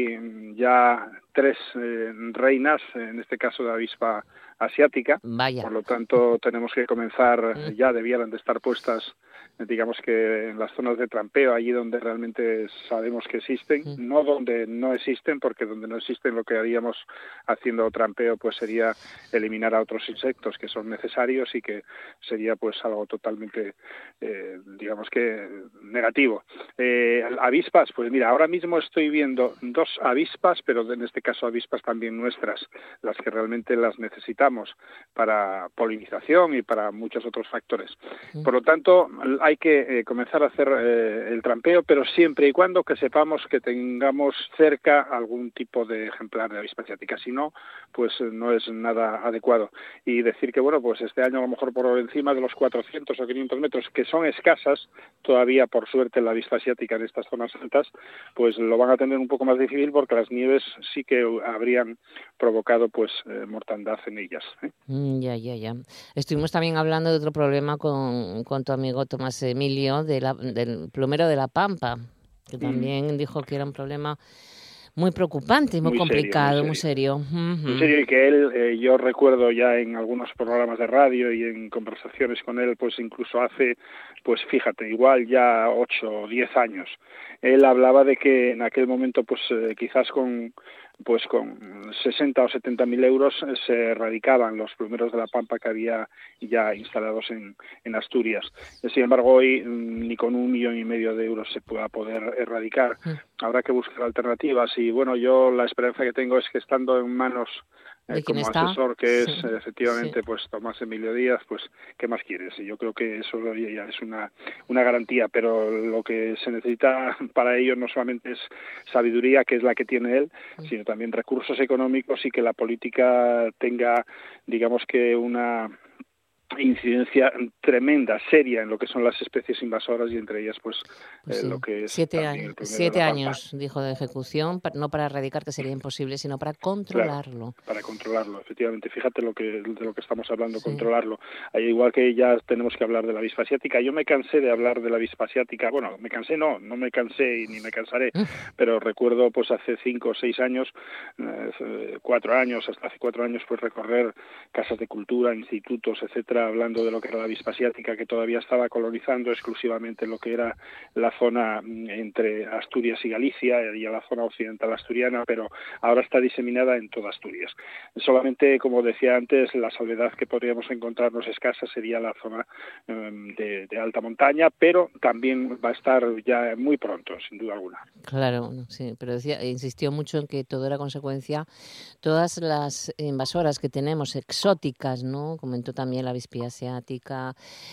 F: vi ya tres eh, reinas, en este caso de avispa asiática.
B: Vaya.
F: Por lo tanto, tenemos que comenzar, ya debieran de estar puestas, digamos que en las zonas de trampeo, allí donde realmente sabemos que existen, mm. no donde no existen, porque donde no existen lo que haríamos haciendo trampeo pues sería eliminar a otros insectos que son necesarios y que sería pues algo totalmente, eh, digamos que negativo. Eh, avispas, pues mira, ahora mismo estoy viendo dos avispas, pero en este caso avispas también nuestras, las que realmente las necesitamos para polinización y para muchos otros factores. Mm. Por lo tanto, hay que eh, comenzar a hacer eh, el trampeo, pero siempre y cuando que sepamos que tengamos cerca algún tipo de ejemplar de avispa asiática. Si no, pues eh, no es nada adecuado. Y decir que, bueno, pues este año a lo mejor por encima de los cuatrocientos o quinientos metros, que son escasas, todavía por suerte la avispa asiática en estas zonas altas, pues lo van a tener un poco más difícil porque las nieves sí que habrían provocado pues eh, mortandad en ellas, ¿eh?
B: Mm, ya, ya, ya. Estuvimos también hablando de otro problema con, con tu amigo Tomás Emilio, de la, del plumero de La Pampa, que también mm. dijo que era un problema muy preocupante, muy, muy complicado, serio, muy serio. Muy serio, uh-huh.
F: muy serio y que él, eh, yo recuerdo ya en algunos programas de radio y en conversaciones con él, pues incluso hace, pues fíjate, igual ya ocho o diez años, él hablaba de que en aquel momento, pues eh, quizás con pues con sesenta o setenta mil euros se erradicaban los plumeros de La Pampa que había ya instalados en, en Asturias. Sin embargo, hoy ni con un millón y medio de euros se pueda poder erradicar. Habrá que buscar alternativas y, bueno, yo la esperanza que tengo es que estando en manos
B: de
F: eh,
B: quien
F: como
B: está.
F: asesor, que es
B: Sí,
F: efectivamente
B: sí.
F: pues Tomás Emilio Díaz, pues ¿qué más quieres? Y yo creo que eso ya es una, una garantía, pero lo que se necesita para ello no solamente es sabiduría, que es la que tiene él, sino también recursos económicos y que la política tenga, digamos que una incidencia tremenda, seria en lo que son las especies invasoras y entre ellas pues,
B: Pues
F: eh,
B: sí.
F: lo que es
B: Siete,
F: también
B: años,
F: el primero de
B: siete
F: la Pampa.
B: años, dijo, de ejecución, pa- no para erradicar, que sería imposible, sino para
F: Claro,
B: controlarlo.
F: para controlarlo, efectivamente. Fíjate lo que, de lo que estamos hablando,
B: Sí.
F: controlarlo. Al igual que ya tenemos que hablar de la avispa asiática. Yo me cansé de hablar de la avispa asiática. Bueno, me cansé, no, no me cansé y ni me cansaré, pero recuerdo pues hace cinco o seis años, eh, cuatro años, hasta hace cuatro años, pues recorrer casas de cultura, institutos, etcétera, hablando de lo que era la avispa asiática, que todavía estaba colonizando exclusivamente lo que era la zona entre Asturias y Galicia y a la zona occidental asturiana, pero ahora está diseminada en toda Asturias. Solamente, como decía antes, la salvedad que podríamos encontrarnos escasa sería la zona um, de, de alta montaña, pero también va a estar ya muy pronto, sin duda alguna.
B: Claro, sí, pero decía, insistió mucho en que todo era consecuencia, todas las invasoras que tenemos exóticas, ¿no? Comentó también la avispa asiática,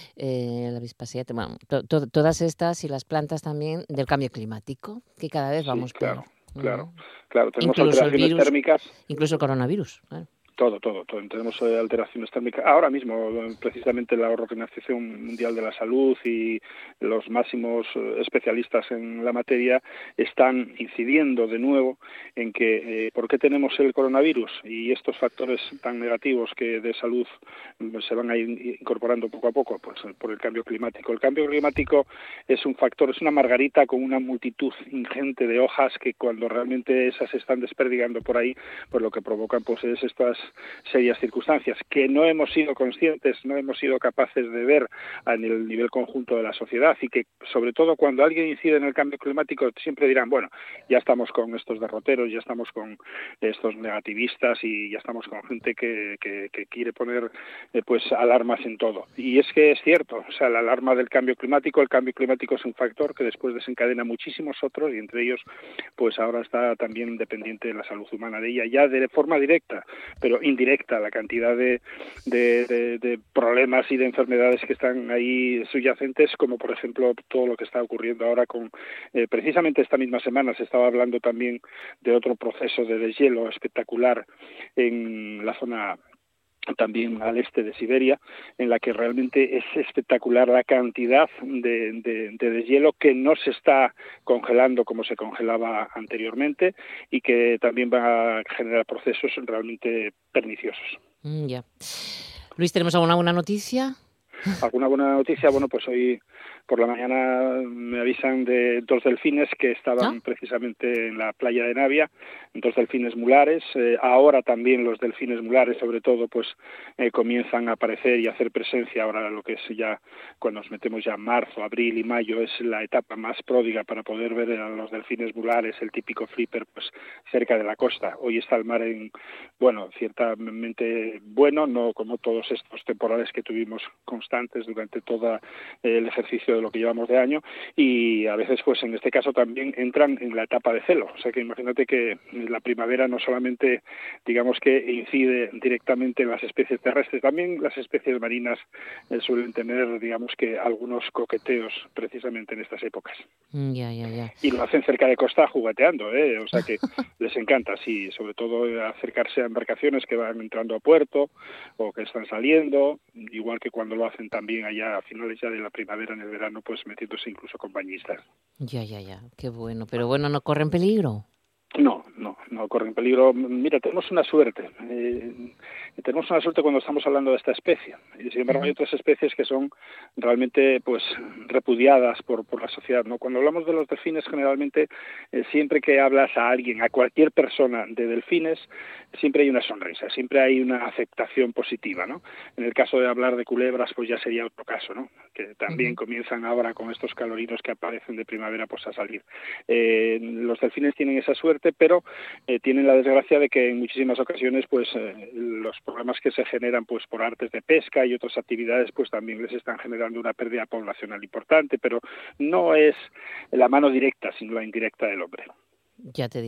B: eh, la avispa asiática, bueno, to, to, todas estas y las plantas también del cambio climático, que cada vez vamos
F: Sí, claro,
B: peor.
F: claro,
B: Uh-huh.
F: claro. Tenemos
B: Incluso el
F: alteraciones
B: virus,
F: térmicas.
B: incluso el coronavirus, claro.
F: Todo, todo, todo. Tenemos eh, alteraciones térmicas. Ahora mismo, precisamente la Organización Mundial de la Salud y los máximos eh, especialistas en la materia están incidiendo de nuevo en que eh, ¿por qué tenemos el coronavirus? Y estos factores tan negativos que de salud pues, se van a ir incorporando poco a poco, pues por el cambio climático. El cambio climático es un factor, es una margarita con una multitud ingente de hojas que cuando realmente esas se están desperdigando por ahí, pues lo que provocan pues es estas serias circunstancias que no hemos sido conscientes, no hemos sido capaces de ver en el nivel conjunto de la sociedad y que sobre todo cuando alguien incide en el cambio climático siempre dirán, bueno, ya estamos con estos derroteros, ya estamos con estos negativistas y ya estamos con gente que, que, que quiere poner eh, pues alarmas en todo. Y es que es cierto, o sea, la alarma del cambio climático, el cambio climático es un factor que después desencadena muchísimos otros y entre ellos pues ahora está también dependiente de la salud humana de ella, ya de forma directa, pero indirecta, la cantidad de, de, de, de problemas y de enfermedades que están ahí subyacentes, como por ejemplo todo lo que está ocurriendo ahora con, eh, precisamente esta misma semana se estaba hablando también de otro proceso de deshielo espectacular en la zona también al este de Siberia, en la que realmente es espectacular la cantidad de, de, de deshielo que no se está congelando como se congelaba anteriormente y que también va a generar procesos realmente perniciosos.
B: Mm, ya. Luis, ¿tenemos alguna buena noticia?
F: ¿Alguna buena noticia? Bueno, pues hoy por la mañana me avisan de dos delfines que estaban ¿Ah? precisamente en la playa de Navia, dos delfines mulares. Eh, ahora también los delfines mulares, sobre todo, pues eh, comienzan a aparecer y a hacer presencia. Ahora lo que es ya, cuando nos metemos ya en marzo, abril y mayo, es la etapa más pródiga para poder ver a los delfines mulares, el típico flipper, pues cerca de la costa. Hoy está el mar en, bueno, ciertamente bueno, no como todos estos temporales que tuvimos constantes durante todo el ejercicio de lo que llevamos de año y a veces pues en este caso también entran en la etapa de celo, o sea que imagínate que la primavera no solamente digamos que incide directamente en las especies terrestres, también las especies marinas eh, suelen tener digamos que algunos coqueteos precisamente en estas épocas.
B: Ya, ya, ya.
F: Y lo hacen cerca de costa jugueteando, ¿eh? O sea que les encanta, sí, sobre todo acercarse a embarcaciones que van entrando a puerto o que están saliendo, igual que cuando lo hacen también allá a finales ya de la primavera, en el verano, pues metiéndose incluso con bañistas.
B: Ya, ya, ya, qué bueno. Pero bueno, ¿no corren peligro?
F: No, no, no corren peligro. Mira, tenemos una suerte. Eh, tenemos una suerte cuando estamos hablando de esta especie. Y sin embargo, hay otras especies que son realmente, pues, repudiadas por, por la sociedad, ¿no? Cuando hablamos de los delfines, generalmente, eh, siempre que hablas a alguien, a cualquier persona de delfines, siempre hay una sonrisa, siempre hay una aceptación positiva, ¿no? En el caso de hablar de culebras, pues ya sería otro caso, ¿no? Que también uh-huh. comienzan ahora con estos calorinos que aparecen de primavera, pues a salir. Eh, los delfines tienen esa suerte, pero eh, tienen la desgracia de que en muchísimas ocasiones pues eh, los problemas que se generan pues por artes de pesca y otras actividades pues también les están generando una pérdida poblacional importante, pero no es la mano directa sino la indirecta del hombre.
B: Ya te digo.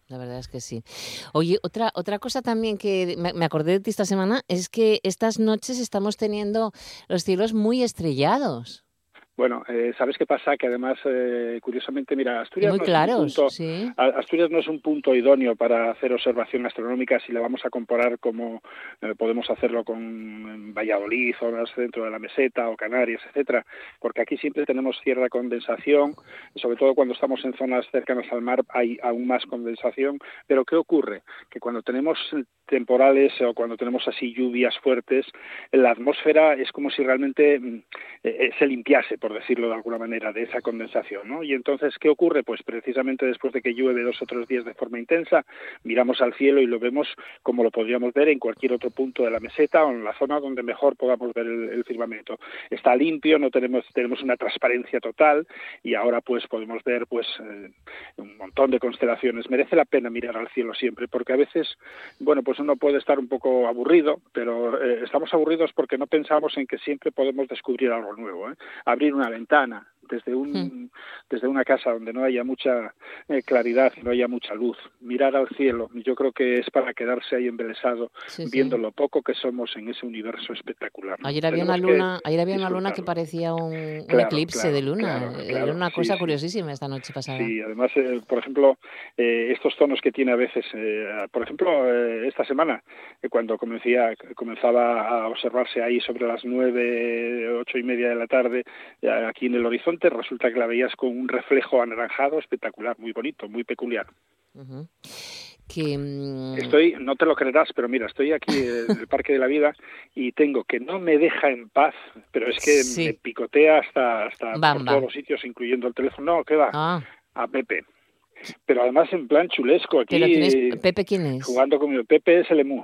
B: La verdad es que sí. Oye, otra otra cosa también que me, me acordé de ti esta semana es que estas noches estamos teniendo los cielos muy estrellados.
F: Bueno, eh, ¿sabes qué pasa? Que además, eh, curiosamente, mira, Asturias,
B: muy
F: no
B: claros,
F: es un punto,
B: sí.
F: Asturias no es un punto idóneo para hacer observación astronómica si la vamos a comparar como eh, podemos hacerlo con Valladolid, zonas dentro de la meseta o Canarias, etcétera, porque aquí siempre tenemos cierta condensación, sobre todo cuando estamos en zonas cercanas al mar hay aún más condensación, pero ¿qué ocurre? Que cuando tenemos temporales o cuando tenemos así lluvias fuertes, la atmósfera es como si realmente eh, se limpiase, por decirlo de alguna manera, de esa condensación, ¿no? Y entonces, ¿qué ocurre? Pues precisamente después de que llueve dos o tres días de forma intensa, miramos al cielo y lo vemos como lo podríamos ver en cualquier otro punto de la meseta o en la zona donde mejor podamos ver el, el firmamento. Está limpio, no tenemos tenemos una transparencia total y ahora pues podemos ver pues eh, un montón de constelaciones. Merece la pena mirar al cielo siempre, porque a veces, bueno, pues uno puede estar un poco aburrido, pero eh, estamos aburridos porque no pensamos en que siempre podemos descubrir algo nuevo, ¿eh? Abrir una ventana desde un hmm. desde una casa donde no haya mucha eh, claridad y no haya mucha luz, mirar al cielo, yo creo que es para quedarse ahí embelesado, sí, viendo sí. lo poco que somos en ese universo espectacular, ¿no?
B: Ayer había una luna, ayer había una luna que parecía un, un claro, eclipse claro, de luna, claro, claro, era una cosa sí, curiosísima sí. esta noche pasada.
F: Sí, además, eh, por ejemplo, eh, estos tonos que tiene a veces, eh, por ejemplo, eh, esta semana, eh, cuando comencía, comenzaba a observarse ahí sobre las nueve, ocho y media de la tarde, eh, aquí en el horizonte, resulta que la veías con un reflejo anaranjado espectacular, muy bonito, muy peculiar.
B: Uh-huh. Que, um...
F: Estoy, no te lo creerás, pero mira, estoy aquí en el Parque de la Vida y tengo que no me deja en paz, pero es que sí. me picotea hasta, hasta por todos los sitios, incluyendo el teléfono. No, ¿qué va? Ah. A Pepe. Pero además en plan chulesco aquí.
B: ¿Pero quién es? ¿Pepe quién es?
F: Jugando conmigo. Pepe es el emú.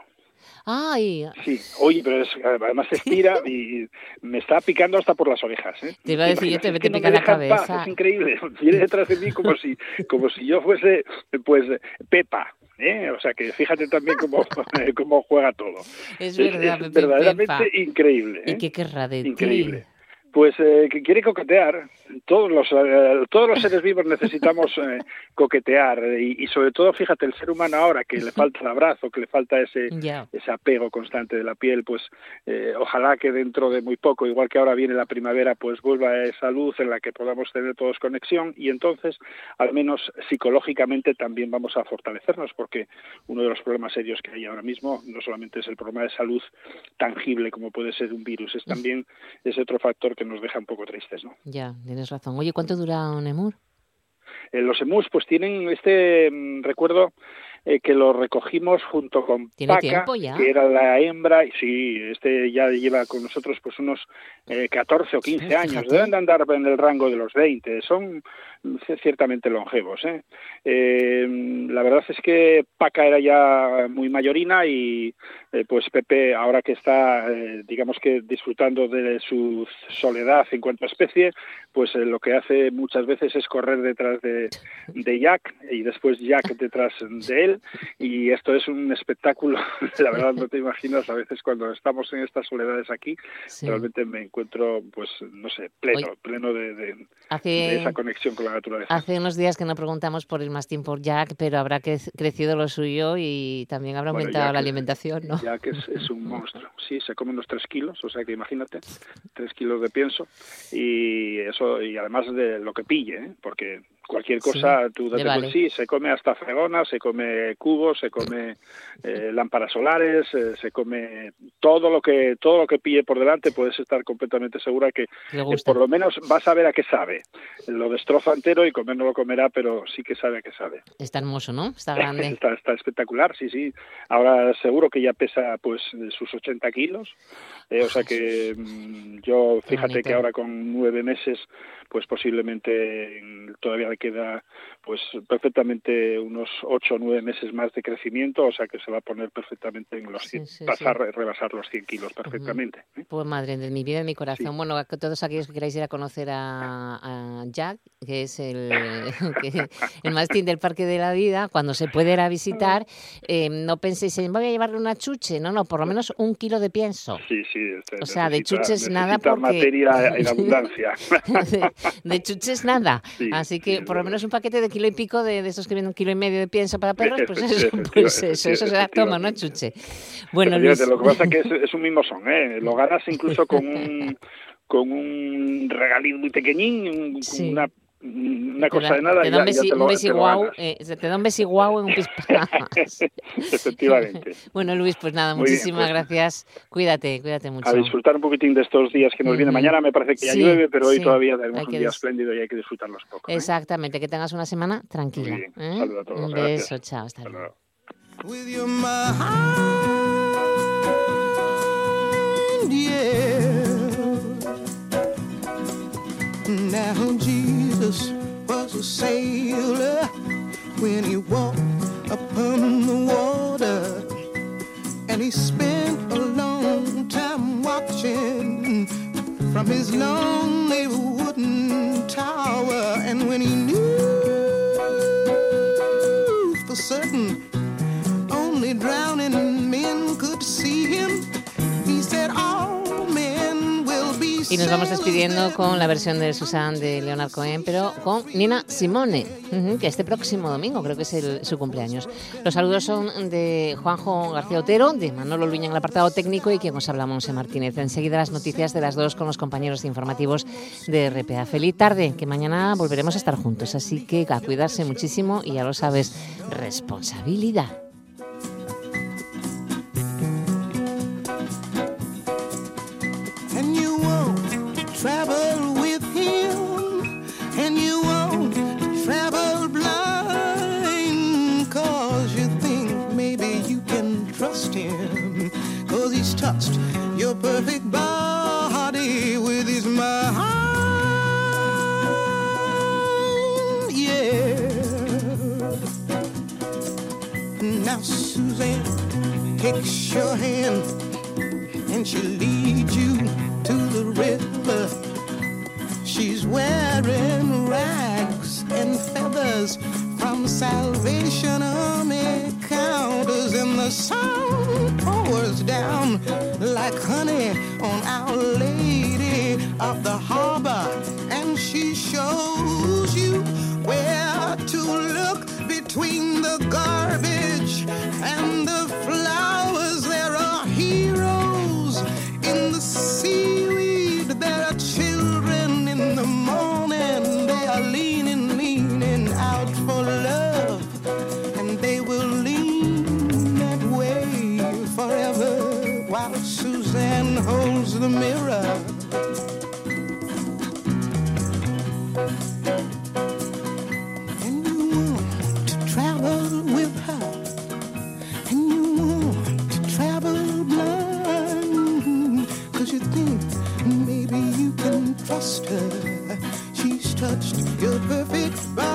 B: Ay.
F: Sí, oye, pero es, además se estira y me está picando hasta por las orejas, ¿eh?
B: Te iba a decir, yo te, te pica la cabeza.
F: Es increíble, viene detrás de mí como si, como si yo fuese, pues, Pepa, ¿eh? O sea que fíjate también cómo, cómo juega todo.
B: Es verdad,
F: es, es verdaderamente
B: Pepa.
F: Increíble. ¿eh?
B: ¿Y qué querrá de
F: increíble.
B: ti?
F: Pues eh, que quiere coquetear. Todos los eh, todos los seres vivos necesitamos eh, coquetear y, y sobre todo, fíjate, el ser humano ahora que le falta el abrazo, que le falta ese yeah. ese apego constante de la piel, pues eh, ojalá que dentro de muy poco, igual que ahora viene la primavera, pues vuelva esa luz en la que podamos tener todos conexión y entonces, al menos psicológicamente, también vamos a fortalecernos, porque uno de los problemas serios que hay ahora mismo no solamente es el problema de salud tangible como puede ser un virus, es también ese otro factor que nos deja un poco tristes, ¿no?
B: Ya, tienes razón. Oye, ¿cuánto dura un emur?
F: Eh, los emús pues tienen este, mmm, recuerdo eh, que lo recogimos junto con Paca,
B: tiempo ya?
F: que era la hembra, y sí, este ya lleva con nosotros pues unos eh, catorce o quince sí, años, fíjate. Deben de andar en el rango de los veinte, son ciertamente longevos, ¿eh? Eh, la verdad es que Paca era ya muy mayorina y eh, pues Pepe, ahora que está, eh, digamos que disfrutando de su soledad en cuanto a especie, pues eh, lo que hace muchas veces es correr detrás de, de Jack y después Jack detrás de él y esto es un espectáculo, la verdad no te imaginas, a veces cuando estamos en estas soledades aquí, sí. realmente me encuentro, pues no sé, pleno, Oye, pleno de, de,
B: hace...
F: de esa conexión con la naturaleza.
B: Hace unos días que no preguntamos por el mastín por Jack, pero habrá que crecido lo suyo y también habrá aumentado bueno, la alimentación, ¿no?
F: Jack es, es un monstruo, sí, se come unos tres kilos, o sea que imagínate, tres kilos de pienso y eso, y además de lo que pille, ¿eh? Porque cualquier cosa, sí, tú date vale. Sí, se come hasta fregona, se come cubos, se come eh, lámparas solares, eh, se come todo lo que todo lo que pille por delante, puedes estar completamente segura que eh, por lo menos vas a ver a qué sabe. Lo destroza entero y comer no lo comerá, pero sí que sabe a qué sabe.
B: Está hermoso, ¿no? Está grande.
F: está, está espectacular, sí, sí. Ahora seguro que ya pesa pues sus ochenta kilos, eh, o sea que mmm, yo, fíjate que ahora con nueve meses, pues posiblemente todavía le queda pues perfectamente unos ocho o nueve meses más de crecimiento, o sea que se va a poner perfectamente en los cien, sí, sí, pasar, sí. rebasar los cien kilos perfectamente.
B: Uh-huh. ¿eh? Pues madre de mi vida y mi corazón. Sí. Bueno, a todos aquellos que queráis ir a conocer a, a Jack, que es el, que, el mastín del Parque de la Vida, cuando se puede ir a visitar, eh, no penséis en voy a llevarle una chuche, no, no, por lo menos un kilo de pienso.
F: Sí, sí. Este,
B: o sea, de chuches nada porque...
F: materia en abundancia.
B: de, de chuches nada. Sí, Así que,
F: sí.
B: por lo menos un paquete de kilo y pico de, de estos que vienen un kilo y medio de pienso para perros, pues eso, pues eso, eso se la toma, ¿no, Chuche? Bueno,
F: Luis...
B: Luis...
F: Lo que pasa es que es, es un mimosón, ¿eh? Lo ganas incluso con un, con un regalín muy pequeñín,
B: sí.
F: una... Una cosa
B: da,
F: de nada
B: te
F: y
B: da
F: ya,
B: un besi,
F: ya te lo,
B: un besiguau,
F: te
B: eh, te da un besiguau en un pispa.
F: Efectivamente.
B: Bueno, Luis, pues nada,
F: Muy
B: muchísimas
F: bien, pues,
B: gracias. Cuídate, cuídate mucho.
F: A disfrutar un poquitín de estos días que nos uh-huh. viene. Mañana me parece que ya sí, llueve, pero hoy sí. todavía tenemos un día des... espléndido y hay que disfrutarlos poco. ¿eh?
B: Exactamente, que tengas una semana tranquila.
F: Muy bien.
B: ¿eh?
F: Saludos a todos.
B: Un
F: Gracias.
B: beso, chao, hasta luego.
E: With your mind, yeah. Now Jesus was a sailor when he walked upon the water, and he spent a long time watching from his lonely wooden tower. And when he knew for certain only drowning men could see him, he said all men will be.
B: Y nos vamos despidiendo con la versión de Susan de Leonard Cohen, pero con Nina Simone, que este próximo domingo creo que es el, su cumpleaños. Los saludos son de Juanjo García Otero, de Manolo Luña en el apartado técnico y quien os habla, Monse Martínez. Enseguida las noticias de las dos con los compañeros informativos de R P A. Feliz tarde, que mañana volveremos a estar juntos, así que a cuidarse muchísimo y ya lo sabes, responsabilidad.
E: Travel with him, and you won't travel blind, cause you think maybe you can trust him, cause he's touched your perfect body with his mind, yeah. Now Suzanne takes your hand and she leads you to the river. She's wearing rags and feathers from Salvation Army counters, and the sun pours down like honey on Our Lady of the Harbor, and she shows you where to look between the garbage and the flowers. There are heroes in the seaweed, there are children in the morning, they are leaning, leaning out for love, and they will lean that way forever while Suzanne holds the mirror. And you want to travel with her, and you want to travel blind, cause you think maybe you can trust her. She's touched your perfect body.